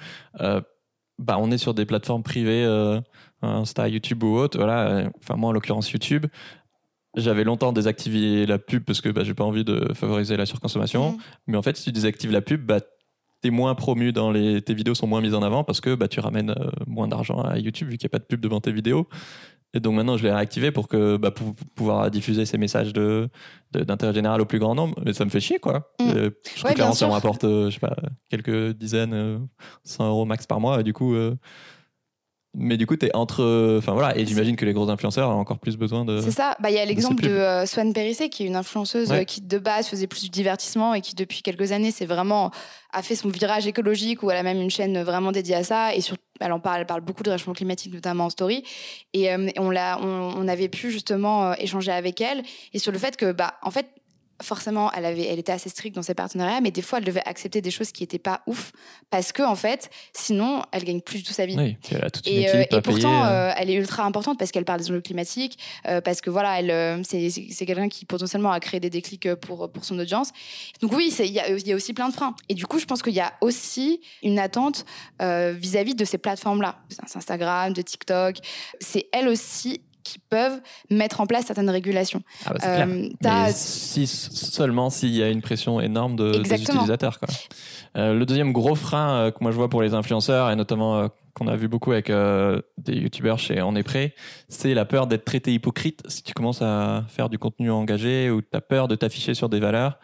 on est sur des plateformes privées, Insta, YouTube ou autre. Voilà. Enfin, moi, en l'occurrence, YouTube, j'avais longtemps désactivé la pub parce que j'ai pas envie de favoriser la surconsommation. Mais en fait, si tu désactives la pub, t'es moins promu tes vidéos sont moins mises en avant parce que tu ramènes moins d'argent à YouTube vu qu'il n'y a pas de pub devant tes vidéos. Et donc maintenant, je l'ai réactivé pour pouvoir diffuser ces messages d'intérêt général au plus grand nombre. Mais ça me fait chier, quoi. Je trouve que clairement, ça me rapporte, quelques dizaines, 100 € max par mois. Et du coup, Mais du coup, t'es entre. Enfin voilà, et j'imagine que les gros influenceurs ont encore plus besoin de. C'est ça. Il y a l'exemple de Swan Périssé, qui est une influenceuse qui de base faisait plus du divertissement et qui depuis quelques années a fait son virage écologique, où elle a même une chaîne vraiment dédiée à ça. Et elle parle beaucoup de réchauffement climatique, notamment en story. Et on avait pu justement échanger avec elle et sur le fait que en fait, forcément, elle était assez stricte dans ses partenariats, mais des fois, elle devait accepter des choses qui n'étaient pas ouf, parce que, en fait, sinon, elle gagne plus du tout sa vie. Oui, elle a toute une équipe à pourtant, elle est ultra importante parce qu'elle parle des enjeux climatiques, parce que voilà, c'est quelqu'un qui potentiellement a créé des déclics pour son audience. Donc oui, il y a aussi plein de freins. Et du coup, je pense qu'il y a aussi une attente vis-à-vis de ces plateformes-là, Instagram, de TikTok. C'est elles aussi qui peuvent mettre en place certaines régulations. C'est clair. Mais seulement s'il y a une pression énorme des utilisateurs, quoi. Le deuxième gros frein que moi je vois pour les influenceurs, et notamment qu'on a vu beaucoup avec des youtubeurs chez On est prêt, c'est la peur d'être traité hypocrite si tu commences à faire du contenu engagé, ou tu as peur de t'afficher sur des valeurs.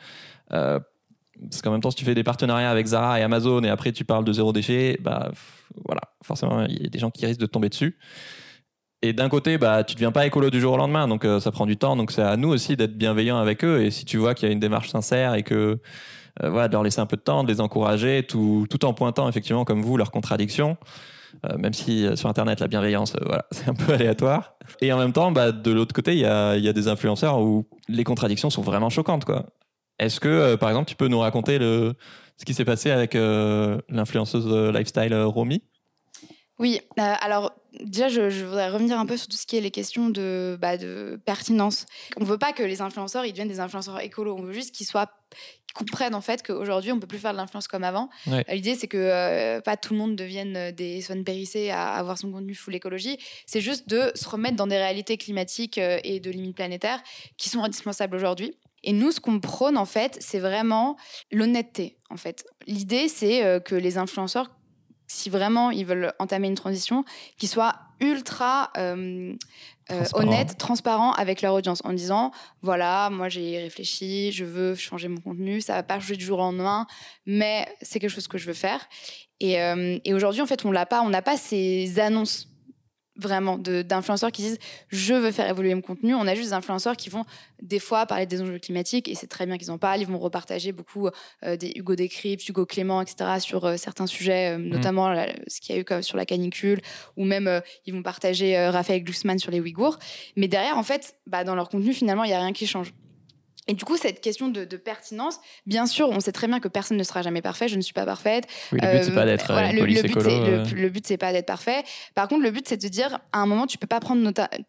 Parce qu'en même temps, si tu fais des partenariats avec Zara et Amazon et après tu parles de zéro déchet, voilà, forcément il y a des gens qui risquent de te tomber dessus. Et d'un côté, tu deviens pas écolo du jour au lendemain, donc ça prend du temps. Donc c'est à nous aussi d'être bienveillants avec eux. Et si tu vois qu'il y a une démarche sincère et que de leur laisser un peu de temps, de les encourager, tout en pointant effectivement comme vous leurs contradictions, même si sur Internet la bienveillance, c'est un peu aléatoire. Et en même temps, de l'autre côté, il y a des influenceurs où les contradictions sont vraiment choquantes, quoi. Est-ce que par exemple, tu peux nous raconter ce qui s'est passé avec l'influenceuse lifestyle Romy? Oui, alors déjà, je voudrais revenir un peu sur tout ce qui est les questions de pertinence. On ne veut pas que les influenceurs ils deviennent des influenceurs écolos, on veut juste qu'ils comprennent en fait qu'aujourd'hui, on ne peut plus faire de l'influence comme avant. Ouais. L'idée, c'est que pas tout le monde devienne des Swan Périssé à avoir son contenu full écologie. C'est juste de se remettre dans des réalités climatiques et de limites planétaires qui sont indispensables aujourd'hui. Et nous, ce qu'on prône, en fait, c'est vraiment l'honnêteté, en fait. L'idée, c'est que les influenceurs, si vraiment ils veulent entamer une transition, qu'ils soient ultra honnêtes, transparents avec leur audience, en disant voilà, moi j'ai réfléchi, je veux changer mon contenu, ça va pas changer du jour au lendemain, mais c'est quelque chose que je veux faire. Et aujourd'hui, en fait, on n'a pas ces annonces vraiment d'influenceurs qui disent je veux faire évoluer mon contenu. On a juste des influenceurs qui vont des fois parler des enjeux climatiques, et c'est très bien qu'ils en parlent. Ils vont repartager beaucoup des Hugo Décrypte, Hugo Clément, etc. sur certains sujets, notamment ce qu'il y a eu comme sur la canicule, ou même ils vont partager Raphaël Glucksmann sur les Ouïghours. Mais derrière, en fait, dans leur contenu, finalement, il n'y a rien qui change. Et du coup, cette question de pertinence, bien sûr, on sait très bien que personne ne sera jamais parfait. Je ne suis pas parfaite. Oui, le but, c'est pas d'être le but, c'est pas d'être parfait. Par contre, le but, c'est de dire, à un moment, tu peux pas prendre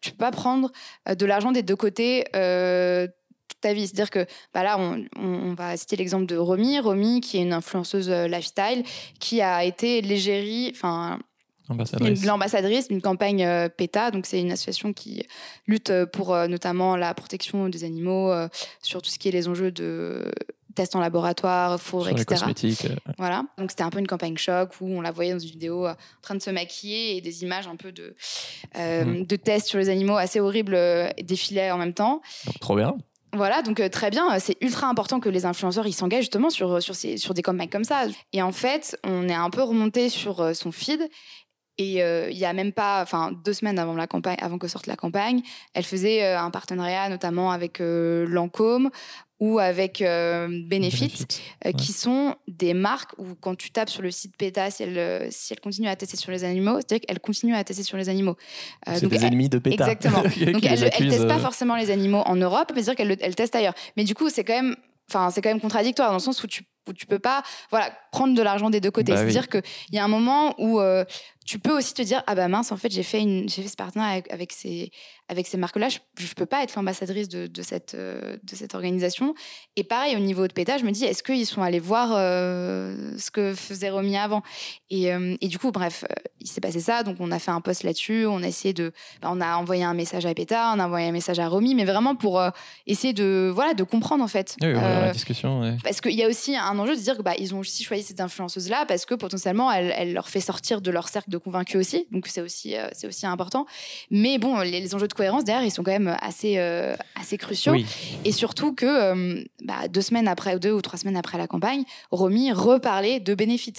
de l'argent des deux côtés toute ta vie. C'est-à-dire que là, on va citer l'exemple de Romy, qui est une influenceuse lifestyle, qui a été l'égérie, l'ambassadrice d'une campagne PETA, donc c'est une association qui lutte pour notamment la protection des animaux, sur tout ce qui est les enjeux de tests en laboratoire, fourre, etc. Les cosmétiques. Voilà, donc c'était un peu une campagne choc où on la voyait dans une vidéo en train de se maquiller et des images un peu de tests sur les animaux assez horribles défilaient en même temps. Donc, trop bien. Voilà, donc très bien, c'est ultra important que les influenceurs ils s'engagent justement sur des campagnes comme ça. Et en fait, on est un peu remonté sur son feed. Et il y a même pas, 2 semaines avant que sorte la campagne, elle faisait un partenariat notamment avec Lancôme ou avec Benefit, qui sont des marques où quand tu tapes sur le site PETA, si elle continue à tester sur les animaux, c'est-à-dire qu'elle continue à tester sur les animaux. C'est des ennemis de PETA. Exactement. Donc elle ne teste pas forcément les animaux en Europe, mais c'est-à-dire qu'elle teste ailleurs. Mais du coup, c'est quand même contradictoire dans le sens où tu peux pas prendre de l'argent des deux côtés. C'est-à-dire qu'il y a un moment où tu peux aussi te dire mince, en fait j'ai fait ce partenariat avec ces marques-là, je peux pas être l'ambassadrice de cette organisation. Et pareil au niveau de PETA, je me dis est-ce qu'ils sont allés voir ce que faisait Romy avant, et du coup bref, il s'est passé ça, donc on a fait un post là-dessus, on a essayé on a envoyé un message à PETA, on a envoyé un message à Romy, mais vraiment pour essayer de comprendre en fait. Oui, la discussion. Ouais. Parce qu'il y a aussi un enjeu de dire que ils ont aussi choisi cette influenceuse-là parce que potentiellement elle leur fait sortir de leur cercle de convaincus aussi, donc c'est aussi important. Mais bon, les enjeux de cohérence derrière ils sont quand même assez cruciaux. Oui. Et surtout que 2 ou 3 semaines après la campagne, Romy reparlait de Benefit.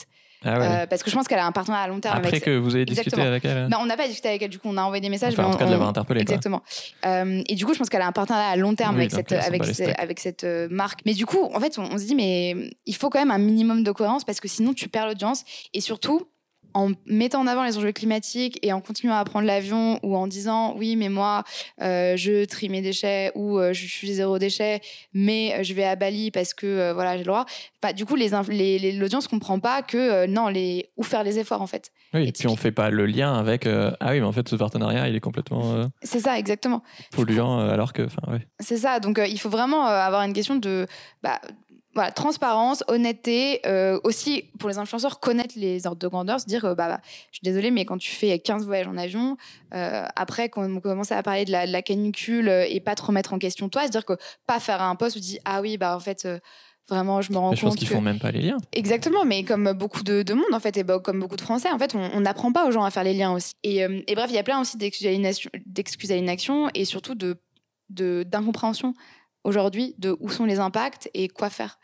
Ah ouais. Parce que je pense qu'elle a un partenariat à long terme. Après que vous avez discuté avec elle. On n'a pas discuté avec elle, du coup on a envoyé des messages. Enfin, en tout cas de l'avoir interpellée. Exactement. Et du coup je pense qu'elle a un partenariat à long terme avec cette marque. Mais du coup en fait on se dit mais il faut quand même un minimum de cohérence parce que sinon tu perds l'audience. Et surtout en mettant en avant les enjeux climatiques et en continuant à prendre l'avion ou en disant oui mais moi je trie mes déchets ou je suis zéro déchet mais je vais à Bali parce que voilà j'ai le droit. Enfin, du coup l'audience comprend pas que non ou faire les efforts en fait. Oui, et puis on fait pas le lien avec ah oui mais en fait ce partenariat il est complètement c'est ça exactement polluant alors que ouais. C'est ça, donc il faut vraiment avoir une question de voilà, transparence, honnêteté, aussi pour les influenceurs, connaître les ordres de grandeur, se dire je suis désolée, mais quand tu fais 15 voyages en avion, après quand on commence à parler de la canicule et pas te remettre en question toi, se dire que pas faire un post où tu dis ah oui, en fait, vraiment, je me rends compte. Je pense qu'ils font même pas les liens. Exactement, mais comme beaucoup de monde en fait, et comme beaucoup de Français, en fait, on n'apprend pas aux gens à faire les liens aussi. Et bref, il y a plein aussi d'excuses à l'inaction et surtout d'incompréhension aujourd'hui de où sont les impacts et quoi faire.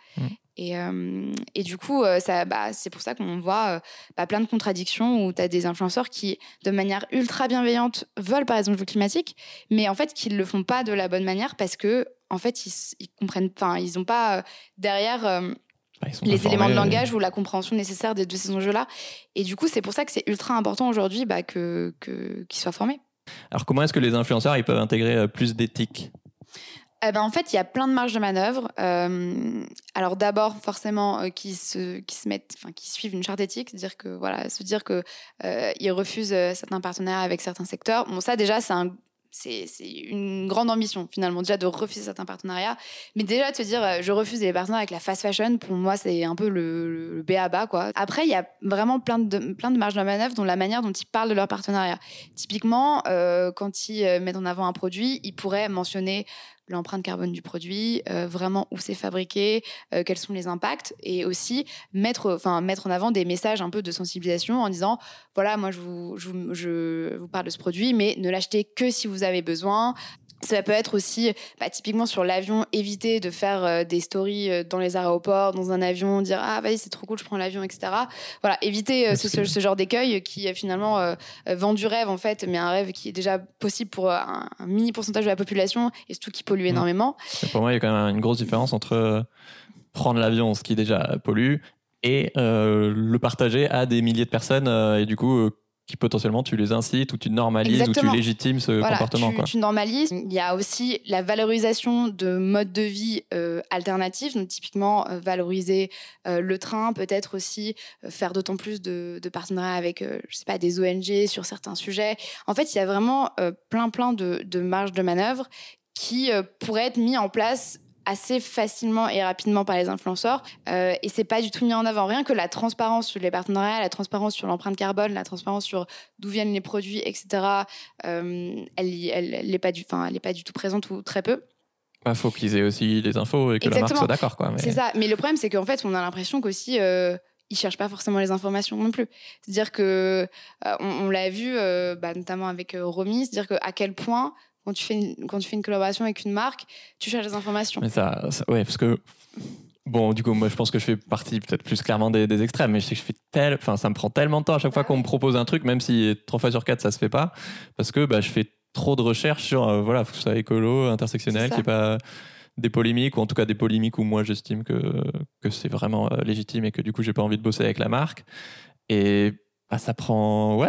Et du coup, c'est pour ça qu'on voit plein de contradictions où tu as des influenceurs qui, de manière ultra bienveillante, veulent par exemple le climatique, mais en fait, qui ne le font pas de la bonne manière parce que, en fait, ils comprennent, ils n'ont pas derrière les éléments de langage ou la compréhension nécessaire de ces enjeux-là. Et du coup, c'est pour ça que c'est ultra important aujourd'hui qu'ils soient formés. Alors, comment est-ce que les influenceurs ils peuvent intégrer plus d'éthique ? En fait, il y a plein de marges de manœuvre. Alors d'abord, forcément, qui suivent une charte éthique, c'est-à-dire que voilà, se dire que ils refusent certains partenariats avec certains secteurs. Bon, ça déjà, c'est une grande ambition finalement déjà de refuser certains partenariats, mais déjà de se dire je refuse les partenariats avec la fast fashion, pour moi c'est un peu le b.a.-ba quoi. Après il y a vraiment plein de marges de manœuvre dans la manière dont ils parlent de leur partenariat. Typiquement quand ils mettent en avant un produit, ils pourraient mentionner l'empreinte carbone du produit, vraiment où c'est fabriqué, quels sont les impacts, et aussi mettre en avant des messages un peu de sensibilisation en disant voilà, moi je vous parle de ce produit, mais ne l'achetez que si vous avez besoin. Ça peut être aussi, typiquement sur l'avion, éviter de faire des stories dans les aéroports, dans un avion, dire ah vas-y c'est trop cool, je prends l'avion, etc. Voilà, éviter ce genre d'écueil qui finalement vend du rêve en fait, mais un rêve qui est déjà possible pour un mini pourcentage de la population et surtout qui pollue énormément. Et pour moi, il y a quand même une grosse différence entre prendre l'avion, ce qui déjà pollue, et le partager à des milliers de personnes et du coup qui potentiellement tu les incites ou tu normalises. Exactement. Ou tu légitimes ce comportement. Tu normalises. Il y a aussi la valorisation de modes de vie alternatifs, donc typiquement valoriser le train, peut-être aussi faire d'autant plus de partenariats avec des ONG sur certains sujets. En fait, il y a vraiment plein de marges de manœuvre qui pourraient être mis en place assez facilement et rapidement par les influenceurs et c'est pas du tout mis en avant. Rien que la transparence sur les partenariats, la transparence sur l'empreinte carbone, la transparence sur d'où viennent les produits, etc. Elle est pas du tout présente ou très peu. Faut qu'ils aient aussi les infos et que la marque soit d'accord, quoi. Mais... C'est ça. Mais le problème, c'est qu'en fait, on a l'impression qu'aussi ils cherchent pas forcément les informations non plus. C'est-à-dire que on l'a vu notamment avec Romy, c'est-à-dire que à quel point quand tu fais une collaboration avec une marque, tu cherches des informations. Mais ça ouais, parce que bon, du coup, moi, je pense que je fais partie peut-être plus clairement des extrêmes, mais je sais que ça me prend tellement de temps à chaque fois qu'on me propose un truc, même si 3 fois sur 4 ça se fait pas, parce que je fais trop de recherches sur faut que ça soit écolo, intersectionnel, qu'il n'y ait pas des polémiques, ou en tout cas des polémiques où moi j'estime que c'est vraiment légitime et que du coup j'ai pas envie de bosser avec la marque. Et ça prend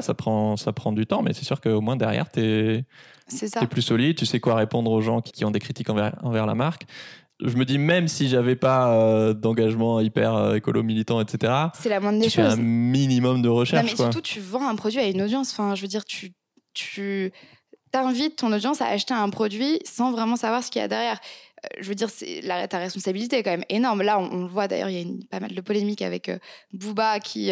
du temps, mais c'est sûr qu'au moins derrière t'es plus solide, tu sais quoi répondre aux gens qui ont des critiques envers la marque. Je me dis, même si j'avais pas d'engagement hyper écolo militant, etc., c'est la moindre des choses. Tu fais un minimum de recherche. Non, mais surtout, tu vends un produit à une audience. Enfin, je veux dire, tu t'invites ton audience à acheter un produit sans vraiment savoir ce qu'il y a derrière. Je veux dire, ta responsabilité est quand même énorme. Là, on le voit d'ailleurs, il y a pas mal de polémiques avec Booba qui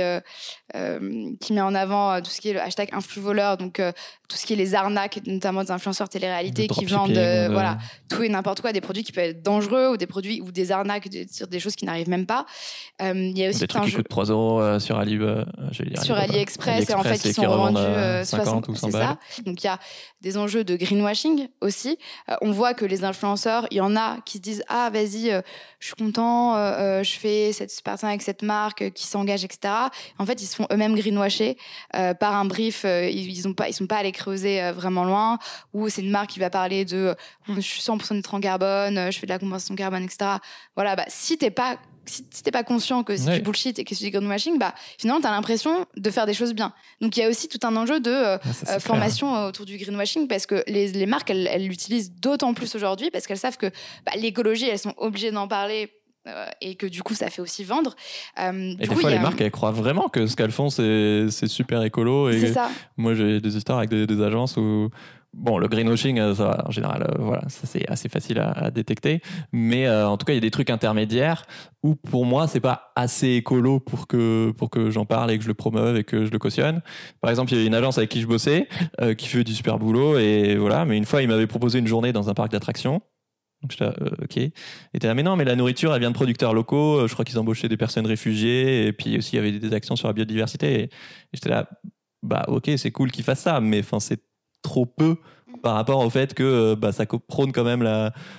met en avant tout ce qui est le hashtag influvoleur, donc tout ce qui est les arnaques, notamment des influenceurs télé-réalité qui vendent tout et n'importe quoi, des produits qui peuvent être dangereux ou des produits ou des arnaques sur des choses qui n'arrivent même pas. Il y a aussi des trucs qui coûtent 3 € sur AliExpress et en fait qui sont revendus 50 ou 100 balles. Donc il y a des enjeux de greenwashing aussi. On voit que les influenceurs, il y en a qui se disent ah vas-y, je suis content, je fais cette partenariat avec cette marque qui s'engage, etc. En fait, ils se font eux-mêmes greenwasher par un brief. Ils sont pas allés creuser vraiment loin. Ou c'est une marque qui va parler de je suis 100% neutre en carbone, je fais de la compensation carbone, etc. Voilà, si t'es pas conscient que c'est du bullshit et que c'est du greenwashing, finalement, t'as l'impression de faire des choses bien. Donc, il y a aussi tout un enjeu de formation autour du greenwashing parce que les marques, elles l'utilisent d'autant plus aujourd'hui parce qu'elles savent que l'écologie, elles sont obligées d'en parler et que du coup, ça fait aussi vendre. Et des fois, les marques, elles croient vraiment que ce qu'elles font, c'est super écolo. Et c'est ça. Moi, j'ai des histoires avec des agences où... Bon, le greenwashing, ça, en général, voilà, ça c'est assez facile à détecter. Mais en tout cas, il y a des trucs intermédiaires où, pour moi, c'est pas assez écolo pour que j'en parle et que je le promeuve et que je le cautionne. Par exemple, il y a une agence avec qui je bossais qui fait du super boulot et voilà. Mais une fois, il m'avait proposé une journée dans un parc d'attractions. Donc j'étais là, ok. Et t'es là, mais non, mais la nourriture, elle vient de producteurs locaux. Je crois qu'ils embauchaient des personnes réfugiées et puis aussi il y avait des actions sur la biodiversité. Et j'étais là, ok, c'est cool qu'ils fassent ça, mais enfin c'est trop peu par rapport au fait que ça prône quand même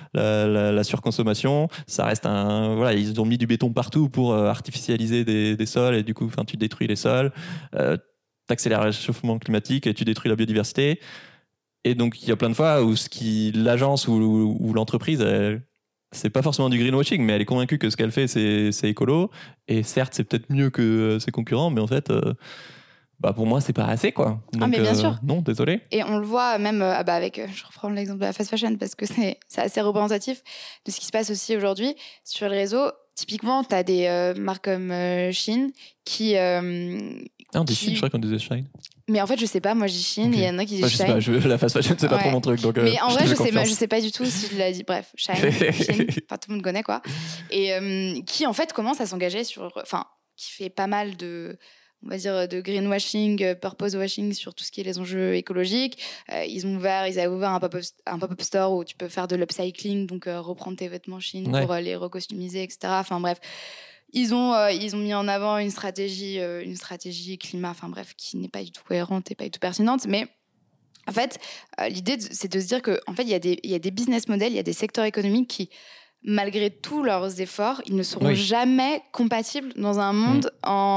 la surconsommation. Ça reste voilà, ils ont mis du béton partout pour artificialiser des sols et du coup, tu détruis les sols, t'accélères le réchauffement climatique et tu détruis la biodiversité. Et donc, il y a plein de fois où l'agence ou l'entreprise, c'est pas forcément du greenwashing, mais elle est convaincue que ce qu'elle fait, c'est écolo. Et certes, c'est peut-être mieux que ses concurrents, mais en fait... pour moi, c'est pas assez, quoi. Donc, mais bien sûr. Non, désolé. Et on le voit même avec, je reprends l'exemple de la fast fashion parce que c'est assez représentatif de ce qui se passe aussi aujourd'hui sur le réseau. Typiquement, tu as des marques comme Shein qui... on dit Shein, je crois qu'on disait Shein. Mais en fait, je sais pas, moi je dis Shein, et il y en a qui disent Shein. La fast fashion, c'est pas trop mon truc. Donc, mais en vrai, je sais pas du tout si je l'ai dit. Bref, Shein, enfin tout le monde connaît, quoi. Et qui en fait commence à s'engager qui fait pas mal de... on va dire de greenwashing, purpose washing sur tout ce qui est les enjeux écologiques. Ils avaient ouvert un pop-up store où tu peux faire de l'upcycling, donc reprendre tes vêtements Shein pour les recostumiser, etc. Enfin bref, ils ont mis en avant une stratégie climat, enfin bref, qui n'est pas du tout cohérente et pas du tout pertinente, mais en fait, l'idée c'est de se dire que en fait il y a des business models, il y a des secteurs économiques qui, malgré tous leurs efforts, ils ne seront jamais compatibles dans un monde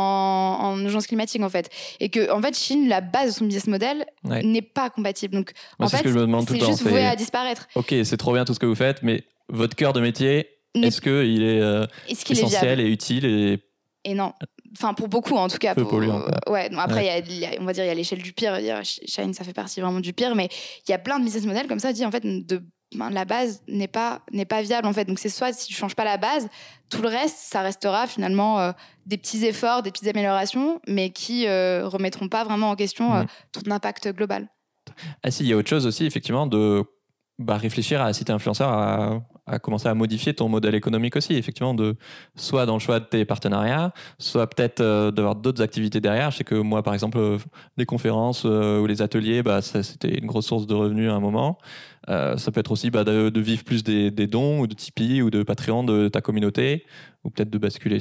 en urgence climatique, en fait. Et que, en fait, Shein, la base de son business model n'est pas compatible. Donc, moi, en fait, c'est juste voué à disparaître. Ok, c'est trop bien tout ce que vous faites, mais votre cœur de métier, est-ce qu'il est essentiel et utile et non. Enfin, pour beaucoup, en tout cas. Peu polluant. Après, on va dire, il y a l'échelle du pire. Shein, ça fait partie vraiment du pire, mais il y a plein de business models comme ça, dit, en fait, la base n'est pas viable, en fait. Donc, c'est soit si tu changes pas la base, tout le reste, ça restera finalement des petits efforts, des petites améliorations, mais qui remettront pas vraiment en question tout l'impact global. Ah si, il y a autre chose aussi, effectivement, de réfléchir à, si t'es influenceur, à commencer à modifier ton modèle économique aussi, effectivement, soit dans le choix de tes partenariats, soit peut-être d'avoir d'autres activités derrière. Je sais que moi, par exemple, les conférences ou les ateliers, c'était une grosse source de revenus à un moment. Ça peut être aussi de vivre plus des dons ou de Tipeee ou de Patreon de ta communauté, ou peut-être de basculer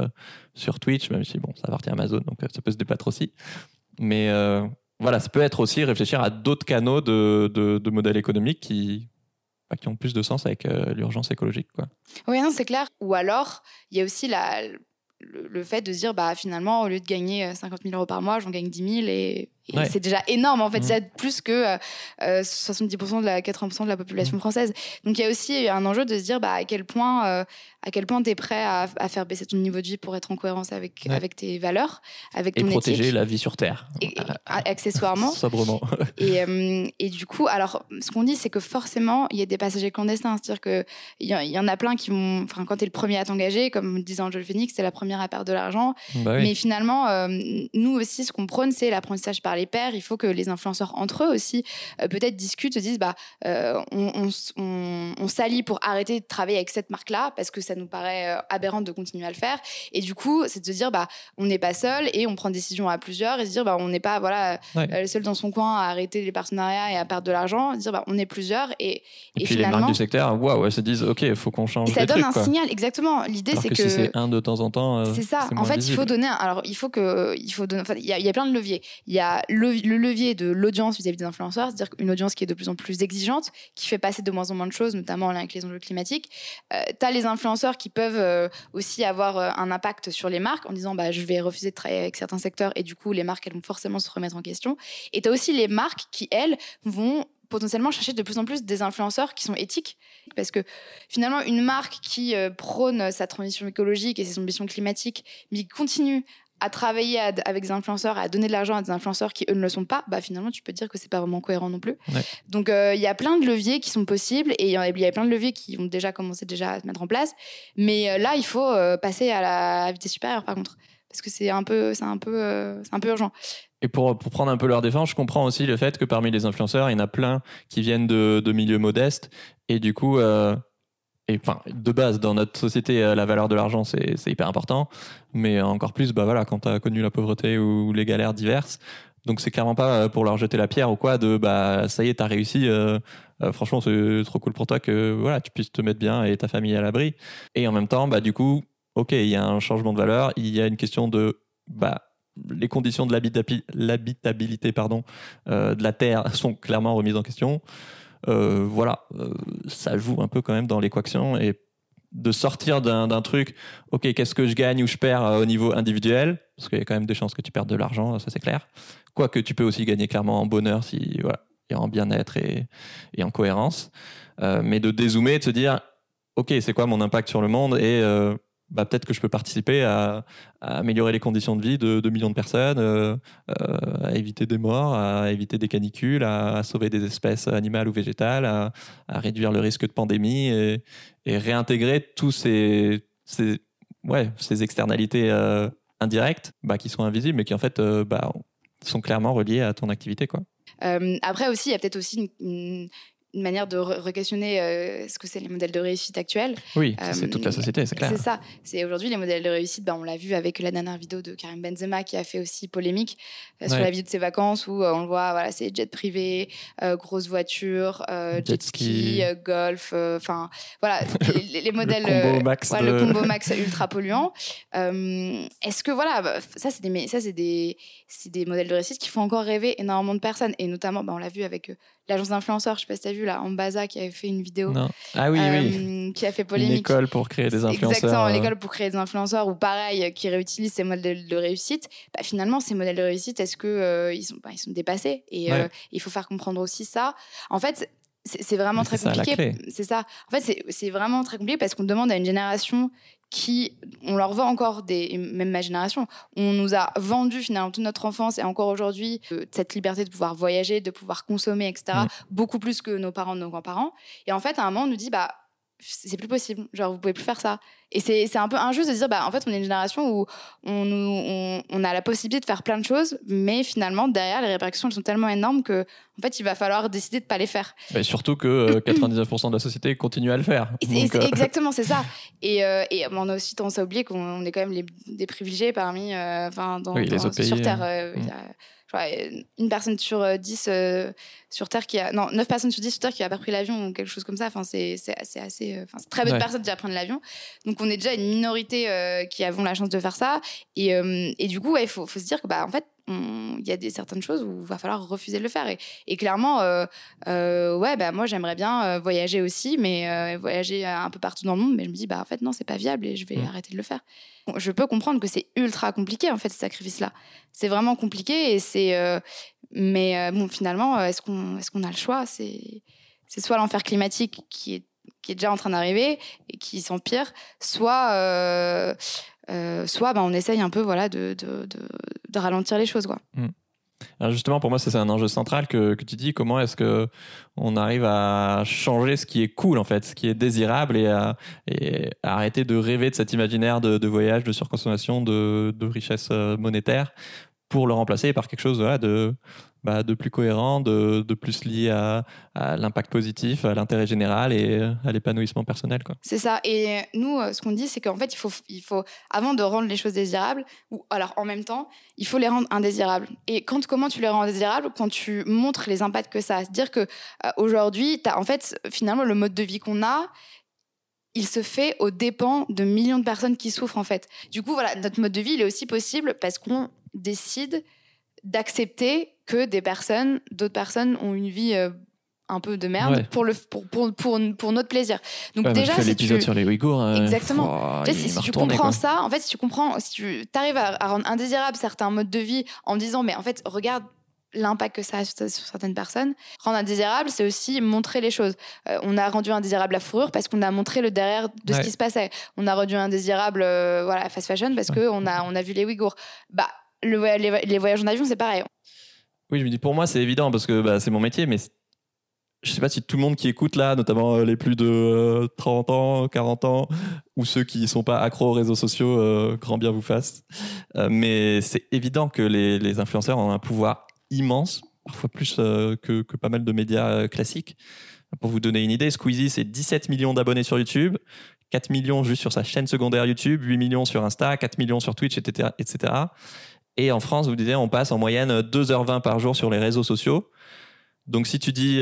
sur Twitch, même si ça appartient à Amazon, donc ça peut se débattre aussi. Mais voilà, ça peut être aussi réfléchir à d'autres canaux de modèles économiques qui ont plus de sens avec l'urgence écologique, quoi. Oui, non, c'est clair. Ou alors, il y a aussi le fait de se dire, finalement, au lieu de gagner 50 000 euros par mois, j'en gagne 10 000 et c'est déjà énorme, en fait. C'est déjà plus que 70% 80% de la population française. Donc, il y a aussi un enjeu de se dire à quel point tu es prêt à faire baisser ton niveau de vie pour être en cohérence avec tes valeurs, avec ton éthique. Et protéger la vie sur Terre. Et accessoirement. Sobrement. Et du coup, alors, ce qu'on dit, c'est que forcément, il y a des passagers clandestins. C'est-à-dire qu'il y en a plein qui vont... Enfin, quand tu es le premier à t'engager, comme disait Angel Phoenix, c'est la première à perdre de l'argent. Mais finalement, nous aussi, ce qu'on prône, c'est l'apprentissage par les pairs. Il faut que les influenceurs entre eux aussi peut-être discutent, se disent on s'allie pour arrêter de travailler avec cette marque-là parce que ça nous paraît aberrant de continuer à le faire. Et du coup, c'est de se dire on n'est pas seul et on prend des décisions à plusieurs et se dire on n'est pas seul dans son coin à arrêter les partenariats et à perdre de l'argent. Se dire on est plusieurs et puis finalement, les marques du secteur, elles se disent ok, il faut qu'on change. Et ça donne un signal, exactement. L'idée, c'est que si c'est un de temps en temps, c'est ça. C'est en fait, visible. il faut donner. Alors, il y a plein de leviers. Il y a le levier de l'audience vis-à-vis des influenceurs, c'est-à-dire une audience qui est de plus en plus exigeante, qui fait passer de moins en moins de choses, notamment avec les enjeux climatiques. Tu as les influenceurs qui peuvent aussi avoir un impact sur les marques en disant je vais refuser de travailler avec certains secteurs et du coup les marques elles vont forcément se remettre en question. Et tu as aussi les marques qui elles vont potentiellement chercher de plus en plus des influenceurs qui sont éthiques, parce que finalement une marque qui prône sa transition écologique et ses ambitions climatiques mais qui continue à travailler avec des influenceurs, à donner de l'argent à des influenceurs qui eux ne le sont pas, finalement tu peux te dire que c'est pas vraiment cohérent non plus. Ouais. Donc il y a plein de leviers qui sont possibles et il y a plein de leviers qui ont déjà commencé à se mettre en place, mais là il faut passer à la vitesse supérieure par contre, parce que c'est un peu urgent. Et pour prendre un peu leur défense, je comprends aussi le fait que parmi les influenceurs, il y en a plein qui viennent de milieux modestes. Et du coup, de base, dans notre société, la valeur de l'argent, c'est hyper important. Mais encore plus, quand tu as connu la pauvreté ou les galères diverses. Donc, c'est clairement pas pour leur jeter la pierre ou quoi de ça y est, t'as réussi. Franchement, c'est trop cool pour toi que tu puisses te mettre bien et ta famille à l'abri. Et en même temps, du coup, ok, il y a un changement de valeur. Il y a une question de les conditions de l'habitabilité de la Terre sont clairement remises en question. Ça joue un peu quand même dans l'équation et de sortir d'un truc, ok, qu'est-ce que je gagne ou je perds au niveau individuel, parce qu'il y a quand même des chances que tu perdes de l'argent, ça c'est clair. Quoique tu peux aussi gagner clairement en bonheur et en bien-être et en cohérence. Mais de dézoomer et de se dire, ok, c'est quoi mon impact sur le monde et peut-être que je peux participer à améliorer les conditions de vie de millions de personnes, à éviter des morts, à éviter des canicules, à sauver des espèces animales ou végétales, à réduire le risque de pandémie et réintégrer tous ces externalités indirectes qui sont invisibles mais qui en fait sont clairement reliées à ton activité, quoi. Après aussi, il y a peut-être aussi une manière de re-questionner ce que c'est les modèles de réussite actuels. Oui, c'est toute la société, c'est clair. C'est ça. C'est aujourd'hui les modèles de réussite, on l'a vu avec la dernière vidéo de Karim Benzema qui a fait aussi polémique sur la vidéo de ses vacances où on le voit, c'est jet privé, grosse voiture, jet ski, golf, les modèles... Le combo max ultra polluant. Est-ce que ça c'est des modèles de réussite qui font encore rêver énormément de personnes et notamment on l'a vu avec l'agence d'influenceurs, je sais pas si t'as vu là, Ambaza qui avait fait une vidéo qui a fait polémique. Une école pour créer des influenceurs. Exactement, l'école pour créer des influenceurs ou pareil, qui réutilisent ces modèles de réussite. Finalement, ces modèles de réussite, est-ce que ils sont dépassés et il faut faire comprendre aussi ça. En fait, c'est vraiment très compliqué. C'est ça. En fait, c'est vraiment très compliqué parce qu'on demande à une génération on leur vend encore même ma génération, on nous a vendu finalement toute notre enfance et encore aujourd'hui cette liberté de pouvoir voyager, de pouvoir consommer, etc. Beaucoup plus que nos parents, nos grands-parents. Et en fait, à un moment, on nous dit c'est plus possible, genre vous pouvez plus faire ça. Et c'est un peu injuste de dire en fait on est une génération où on a la possibilité de faire plein de choses, mais finalement derrière les répercussions elles sont tellement énormes que en fait il va falloir décider de pas les faire. Mais surtout que 99% de la société continue à le faire. Exactement, c'est ça. Et on a aussi tendance à oublier qu'on est quand même des privilégiés parmi les autres pays, sur Terre. Une personne sur 10 sur Terre 9 personnes sur 10 sur Terre qui a pas pris l'avion ou quelque chose comme ça. C'est assez, c'est très peu de personnes qui prennent l'avion. Donc on est déjà une minorité qui avons la chance de faire ça. Et du coup, il faut se dire que en fait, il y a certaines choses où il va falloir refuser de le faire. Et clairement, moi j'aimerais bien voyager aussi, mais voyager un peu partout dans le monde. Mais je me dis, en fait, non, c'est pas viable et je vais arrêter de le faire. Je peux comprendre que c'est ultra compliqué, en fait, ce sacrifice-là. C'est vraiment compliqué et mais finalement, est-ce qu'on a le choix ? C'est soit l'enfer climatique qui est déjà en train d'arriver et qui s'empire, soit on essaye un peu de ralentir les choses, quoi. Alors justement, pour moi, c'est un enjeu central que tu dis. Comment est-ce qu'on arrive à changer ce qui est cool, en fait, ce qui est désirable et à arrêter de rêver de cet imaginaire de voyage, de surconsommation, de richesse monétaire pour le remplacer par quelque chose de plus cohérent, de plus lié à l'impact positif, à l'intérêt général et à l'épanouissement personnel, quoi. C'est ça. Et nous, ce qu'on dit, c'est qu'en fait, il faut avant de rendre les choses désirables, ou alors en même temps, il faut les rendre indésirables. Et comment tu les rends indésirables ? Quand tu montres les impacts que ça a. C'est-à-dire que aujourd'hui, en fait, finalement, le mode de vie qu'on a, il se fait aux dépens de millions de personnes qui souffrent, en fait. Du coup, notre mode de vie, il est aussi possible parce qu'on décide d'accepter que d'autres personnes ont une vie un peu de merde pour notre plaisir. Donc déjà, si l'épisode sur les Ouïghours, exactement. Si tu comprends ça, en fait, si tu arrives à rendre indésirable certains modes de vie en disant, mais en fait, regarde l'impact que ça a sur certaines personnes. Rendre indésirable, c'est aussi montrer les choses. On a rendu indésirable la fourrure parce qu'on a montré le derrière de ce qui se passait. On a rendu indésirable fast fashion parce qu'on a vu les Ouïghours. Les voyages en avion, c'est pareil. Oui, je me dis, pour moi, c'est évident parce que c'est mon métier, mais je sais pas si tout le monde qui écoute là, notamment les plus de 30 ans, 40 ans, ou ceux qui sont pas accros aux réseaux sociaux, grand bien vous fasse. Mais c'est évident que les influenceurs ont un pouvoir immense, parfois plus que pas mal de médias classiques. Pour vous donner une idée, Squeezie, c'est 17 millions d'abonnés sur YouTube, 4 millions juste sur sa chaîne secondaire YouTube, 8 millions sur Insta, 4 millions sur Twitch, etc. Et en France, vous disiez, on passe en moyenne 2h20 par jour sur les réseaux sociaux. Donc si tu dis,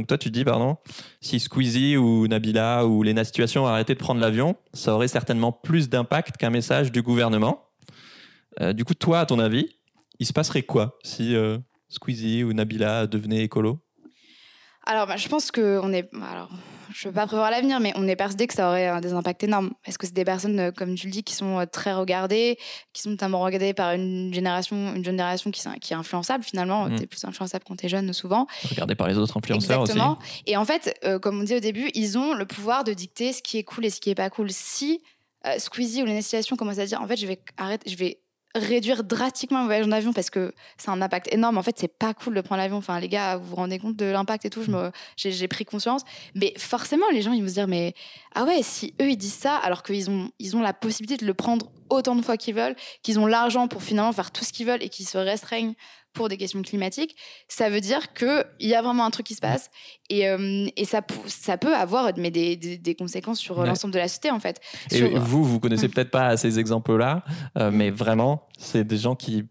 si Squeezie ou Nabila ou Léna Situation arrêtaient de prendre l'avion, ça aurait certainement plus d'impact qu'un message du gouvernement. Du coup, toi, à ton avis, il se passerait quoi si Squeezie ou Nabila devenaient écolo ? Alors, je pense qu'on est... Alors, je ne peux pas prévoir l'avenir, mais on est persuadé que ça aurait des impacts énormes. Parce que c'est des personnes, comme tu le dis, qui sont très regardées, qui sont notamment regardées par une génération qui est influençable, finalement. Tu es plus influençable quand tu es jeune, souvent. Regardée par les autres influenceurs. Exactement. Aussi. Et en fait, comme on dit au début, ils ont le pouvoir de dicter ce qui est cool et ce qui n'est pas cool. Si Squeezie ou les Situation commencent à dire, en fait, je vais réduire drastiquement le voyage en avion parce que c'est un impact énorme. En fait, c'est pas cool de prendre l'avion. Enfin, les gars, vous vous rendez compte de l'impact et tout. J'ai pris conscience. Mais forcément, les gens, ils vont se dire, mais ah ouais, si eux, ils disent ça, alors qu'ils ont la possibilité de le prendre autant de fois qu'ils veulent, qu'ils ont l'argent pour finalement faire tout ce qu'ils veulent et qu'ils se restreignent pour des questions climatiques, ça veut dire qu'il y a vraiment un truc qui se passe et ça peut avoir des conséquences sur l'ensemble de la société, en fait. Et vous connaissez peut-être pas ces exemples-là, mais vraiment, c'est des gens qui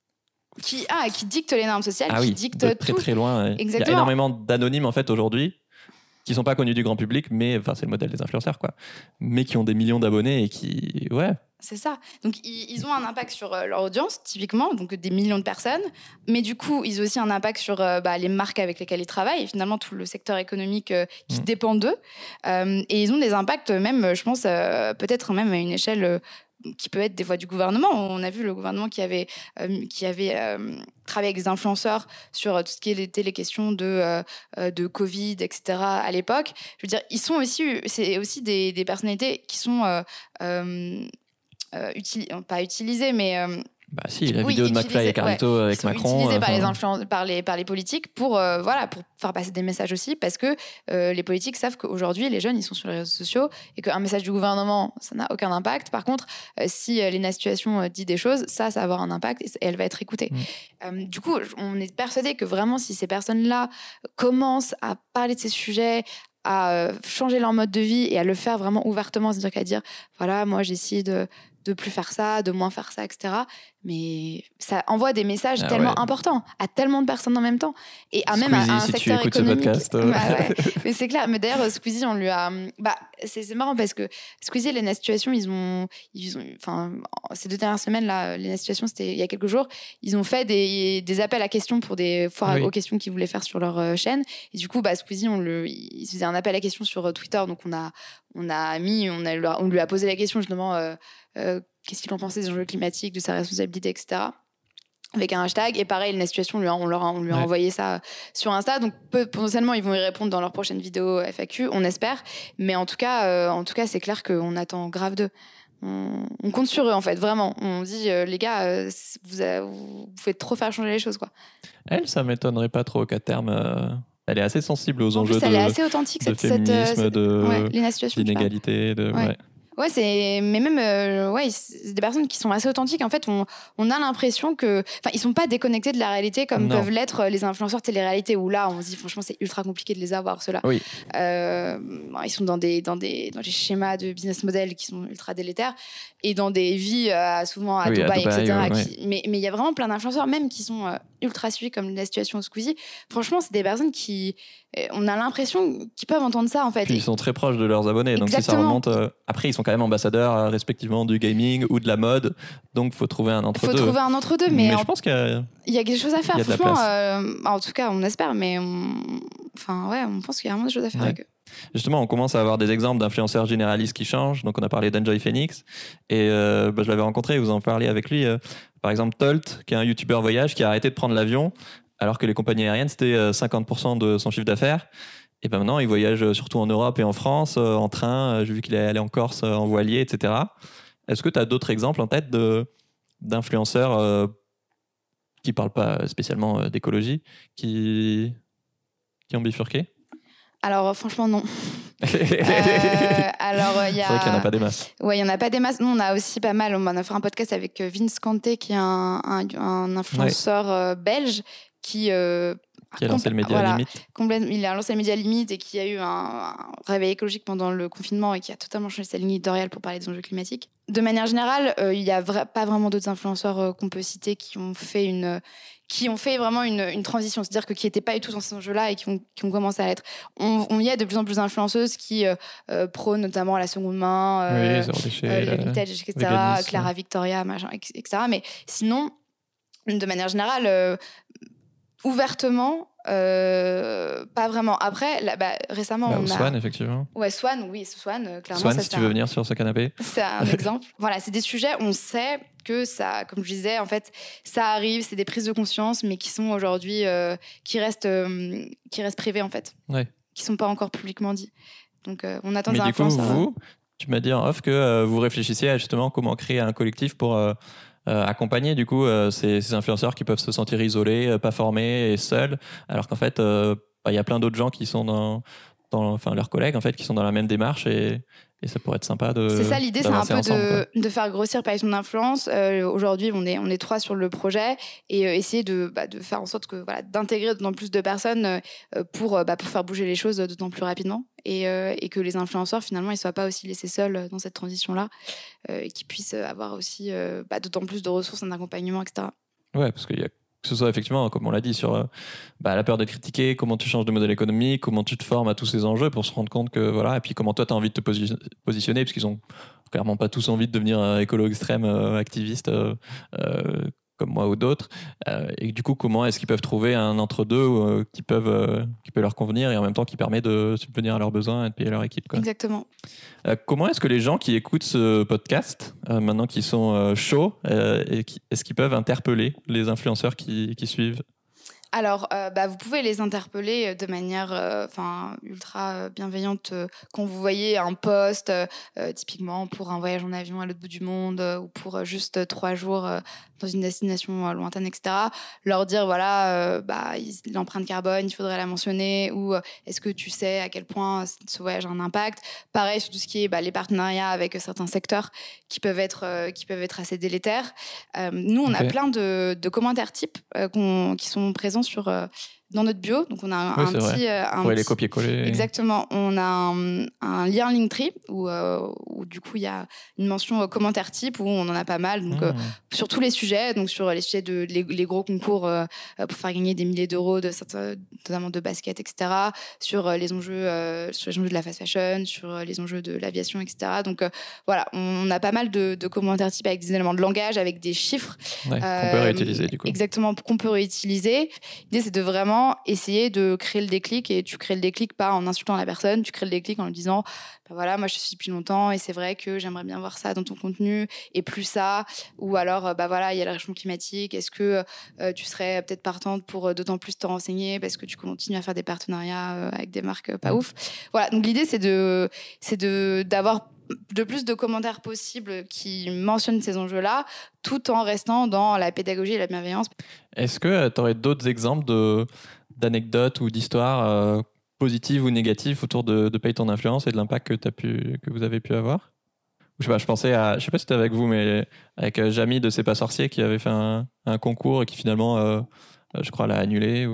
dictent les normes sociales, qui dictent de très, tout. Très loin. Ouais. Exactement. Il y a énormément d'anonymes, en fait, aujourd'hui, qui sont pas connus du grand public, mais c'est le modèle des influenceurs, quoi. Mais qui ont des millions d'abonnés et qui... Ouais. C'est ça. Donc, ils ont un impact sur leur audience, typiquement, donc des millions de personnes. Mais du coup, ils ont aussi un impact sur les marques avec lesquelles ils travaillent et finalement tout le secteur économique qui dépend d'eux. Et ils ont des impacts même, je pense, peut-être même à une échelle... qui peut être des fois du gouvernement. On a vu le gouvernement qui avait travaillé avec des influenceurs sur tout ce qui était les questions de Covid, etc. à l'époque. Je veux dire, c'est aussi des personnalités qui sont pas utilisées, mais... si, la vidéo de McFly et Carlito avec Macron. Utilisés par les politiques pour faire passer des messages aussi, parce que les politiques savent qu'aujourd'hui, les jeunes, ils sont sur les réseaux sociaux et qu'un message du gouvernement, ça n'a aucun impact. Par contre, si Léna Situation dit des choses, ça va avoir un impact et elle va être écoutée. Du coup, on est persuadé que vraiment, si ces personnes-là commencent à parler de ces sujets, à changer leur mode de vie et à le faire vraiment ouvertement, c'est-à-dire qu'à dire, voilà, moi, j'essaie de plus faire ça, de moins faire ça, etc. Mais ça envoie des messages tellement importants à tellement de personnes en même temps. Et à Squeezie, même à un si secteur tu écoutes économique. Ce podcast. Mais c'est clair. Mais d'ailleurs, Squeezie, on lui a... c'est marrant parce que Squeezie et Léna Situation, ils ont... ces 2 dernières semaines, là, Léna Situation, c'était il y a quelques jours, ils ont fait des appels à questions pour des foires aux questions qu'ils voulaient faire sur leur chaîne. Et du coup, Squeezie, on lui faisait un appel à questions sur Twitter. Donc, on lui a posé la question, justement... qu'est-ce qu'il en pensait des enjeux climatiques, de sa responsabilité, etc. Avec un hashtag. Et pareil, la situation, on lui a envoyé ça sur Insta. Donc, potentiellement, ils vont y répondre dans leur prochaine vidéo FAQ, on espère. Mais en tout cas, c'est clair qu'on attend grave d'eux. On compte sur eux, en fait, vraiment. On dit, les gars, vous pouvez trop faire changer les choses, quoi. Elle, ça m'étonnerait pas trop qu'à terme... Elle est assez sensible aux enjeux elle est assez authentique, de féminisme, d'inégalité. Ouais, mais même, c'est des personnes qui sont assez authentiques. En fait, on a l'impression ils sont pas déconnectés de la réalité comme peuvent l'être les influenceurs télé-réalité où là, on se dit, franchement, c'est ultra compliqué de les avoir, ceux-là. Oui. Ils sont dans des schémas de business model qui sont ultra délétères et dans des vies souvent à Dubaï, etc. Mais il y a vraiment plein d'influenceurs, même qui sont ultra suivis comme la situation au Squeezie. Franchement, c'est des personnes on a l'impression qu'ils peuvent entendre ça, en fait. Puis ils sont très proches de leurs abonnés. Donc si ça remonte... Après, ils sont sont quand même ambassadeurs respectivement du gaming ou de la mode, donc faut trouver un entre-deux. Faut trouver un entre-deux, mais je pense qu'il y a quelque chose à faire. Franchement, en tout cas, on espère, mais on pense qu'il y a vraiment des choses à faire avec eux. Justement, on commence à avoir des exemples d'influenceurs généralistes qui changent. Donc, on a parlé d'Enjoy Phoenix. Et je l'avais rencontré, vous en parlez avec lui. Par exemple, Tolt, qui est un YouTuber voyage, qui a arrêté de prendre l'avion, alors que les compagnies aériennes, c'était 50% de son chiffre d'affaires. Et maintenant, il voyage surtout en Europe et en France, en train. J'ai vu qu'il est allé en Corse en voilier, etc. Est-ce que tu as d'autres exemples en tête d'influenceurs qui ne parlent pas spécialement d'écologie, qui ont bifurqué? Alors, franchement, non. C'est vrai qu'il n'y en a pas des masses. Oui, il n'y en a pas des masses. Nous, on a aussi pas mal. On a fait un podcast avec Vince Kanté, qui est un influenceur belge qui a lancé le média Limite. Il a lancé le média Limite et qui a eu un réveil écologique pendant le confinement et qui a totalement changé sa ligne éditoriale pour parler des enjeux climatiques. De manière générale, il n'y a pas vraiment d'autres influenceurs qu'on peut citer qui ont fait vraiment une transition, c'est-à-dire qui n'étaient pas du tout dans ces enjeux-là et qui ont commencé à l'être. On y a de plus en plus d'influenceuses qui prônent notamment la seconde main, zéro déchet, le vintage, etc., Clara Victoria, machin, etc. Mais sinon, de manière générale, ouvertement, pas vraiment. Après, récemment, on a... Swan, effectivement. Ouais, Swan, clairement. Swan, si tu veux venir sur ce canapé. C'est un exemple. Voilà, c'est des sujets, on sait que ça, comme je disais, en fait, ça arrive, c'est des prises de conscience, mais qui sont aujourd'hui, qui restent privées, en fait. Ouais. Qui sont pas encore publiquement dit. Donc, on attend des influenceurs. Mais du coup, influenceurs. Tu m'as dit en off que vous réfléchissiez à justement comment créer un collectif pour accompagner du coup ces influenceurs qui peuvent se sentir isolés, pas formés et seuls, alors qu'en fait, y a plein d'autres gens qui sont leurs collègues en fait, qui sont dans la même démarche et ça pourrait être sympa de. C'est ça l'idée, c'est un peu ensemble, de faire grossir par son influence. Aujourd'hui, on est 3 sur le projet et essayer de faire en sorte que d'intégrer d'autant plus de personnes pour faire bouger les choses d'autant plus rapidement et que les influenceurs finalement ils soient pas aussi laissés seuls dans cette transition-là, et qu'ils puissent avoir aussi d'autant plus de ressources, un accompagnement, etc. Ouais, parce qu'il y a que ce soit effectivement, comme on l'a dit, sur la peur d'être critiqué, comment tu changes de modèle économique, comment tu te formes à tous ces enjeux pour se rendre compte que voilà, et puis comment toi tu as envie de te positionner, parce qu'ils ont clairement pas tous envie de devenir écolo extrême, activiste comme moi ou d'autres, et du coup comment est-ce qu'ils peuvent trouver un entre-deux qui peut leur convenir et en même temps qui permet de subvenir à leurs besoins et de payer leur équipe, quoi. Exactement. Comment est-ce que les gens qui écoutent ce podcast, maintenant qu'ils sont chauds, est-ce qu'ils peuvent interpeller les influenceurs qui suivent ? Alors, vous pouvez les interpeller de manière ultra bienveillante quand vous voyez un post, typiquement pour un voyage en avion à l'autre bout du monde ou pour juste 3 jours dans une destination lointaine, etc. Leur dire, l'empreinte carbone, il faudrait la mentionner, ou est-ce que tu sais à quel point ce voyage a un impact. Pareil sur tout ce qui est les partenariats avec certains secteurs qui peuvent être assez délétères. Nous, on a plein de commentaires types qui sont présents dans notre bio. Donc, on a un petit... Vous pourrez les copier-coller. Exactement. On a un lien Linktree où du coup, il y a une mention commentaire type où on en a pas mal. Donc, sur tous les sujets, donc sur les sujets les gros concours pour faire gagner des milliers d'euros, notamment de basket, etc. Sur les enjeux de la fast fashion, sur les enjeux de l'aviation, etc. Donc, on a pas mal de commentaires types avec des éléments de langage, avec des chiffres. Ouais, qu'on peut réutiliser, du coup. Exactement, qu'on peut réutiliser. L'idée, c'est de vraiment essayer de créer le déclic, et tu crées le déclic pas en insultant la personne, tu crées le déclic en lui disant moi je te suis depuis longtemps et c'est vrai que j'aimerais bien voir ça dans ton contenu et plus ça, ou alors il y a le réchauffement climatique, est-ce que tu serais peut-être partante pour d'autant plus te renseigner parce que tu continues à faire des partenariats avec des marques pas ouf. Voilà, donc l'idée c'est d'avoir de plus de commentaires possibles qui mentionnent ces enjeux-là, tout en restant dans la pédagogie et la bienveillance. Est-ce que tu aurais d'autres exemples d'anecdotes ou d'histoires positives ou négatives autour de Paye ton influence et de l'impact que vous avez pu avoir ? Je sais pas, je pensais à, je sais pas si c'était avec vous, mais avec Jamie de C'est pas sorcier qui avait fait un concours et qui finalement, je crois, l'a annulé.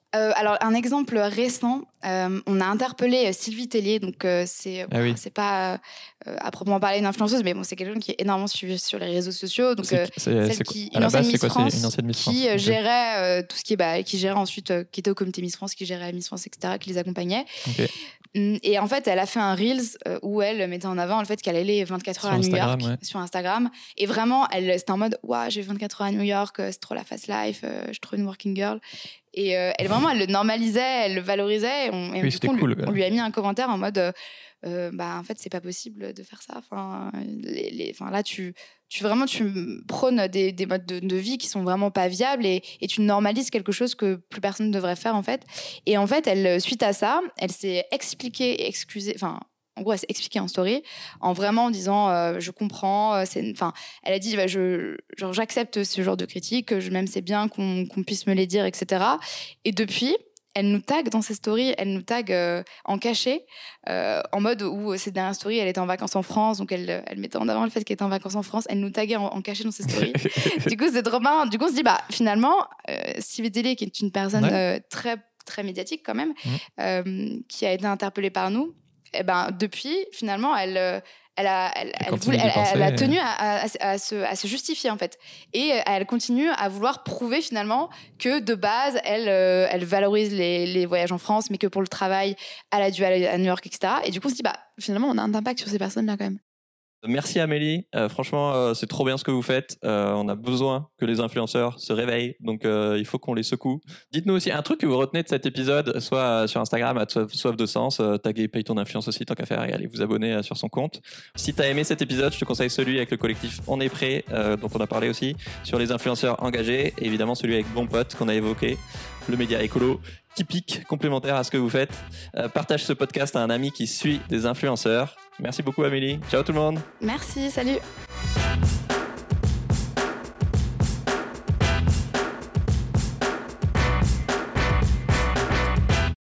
Alors, un exemple récent, on a interpellé Sylvie Tellier, donc c'est pas à proprement parler une influenceuse, mais bon, c'est quelqu'un qui est énormément suivi sur les réseaux sociaux. Donc, une ancienne Miss France qui gérait tout ce qui gérait ensuite, qui était au comité Miss France, qui gérait Miss France, etc., qui les accompagnait. Okay. Et en fait, elle a fait un Reels où elle mettait en avant le fait qu'elle allait 24 heures à New York sur Instagram. Et vraiment, c'était en mode « Waouh, j'ai 24 heures à New York, c'est trop la fast life, je suis trop une working girl ». Et elle le normalisait, elle le valorisait. Et du coup, on lui a mis un commentaire en mode en fait, c'est pas possible de faire ça. Enfin, là, tu prônes des modes de vie qui sont vraiment pas viables et tu normalises quelque chose que plus personne ne devrait faire, en fait. Et en fait, suite à ça, elle s'est expliquée et excusée. Enfin, en gros, elle s'est expliquée en story en vraiment disant je comprends. Elle a dit j'accepte ce genre de critiques, même c'est bien qu'on puisse me les dire, etc. Et depuis, elle nous tag dans ses stories, elle nous tag en cachet, en mode où ces dernières stories, elle était en vacances en France, donc elle mettait en avant le fait qu'elle était en vacances en France, elle nous taguait en cachet dans ses stories. Du coup, c'est trop marrant. Du coup, on se dit, finalement, Sylvie Tellier, qui est une personne très, très médiatique quand même, qui a été interpellée par nous, depuis, finalement, elle a tenu à se justifier, en fait. Et elle continue à vouloir prouver, finalement, que de base, elle valorise les voyages en France, mais que pour le travail, elle a dû aller à New York, etc. Et du coup, on se dit, finalement, on a un impact sur ces personnes-là, quand même. Merci Amélie, franchement c'est trop bien ce que vous faites, on a besoin que les influenceurs se réveillent, donc il faut qu'on les secoue. Dites-nous aussi un truc que vous retenez de cet épisode, soit sur Instagram @soif de sens, taguez Paye ton influence aussi tant qu'à faire et allez vous abonner sur son compte. Si t'as aimé cet épisode, je te conseille celui avec le collectif On est prêt, dont on a parlé aussi, sur les influenceurs engagés, et évidemment celui avec Bon Pote qu'on a évoqué, le média écolo, typique, complémentaire à ce que vous faites. Partage ce podcast à un ami qui suit des influenceurs. Merci beaucoup Amélie. Ciao tout le monde. Merci, salut.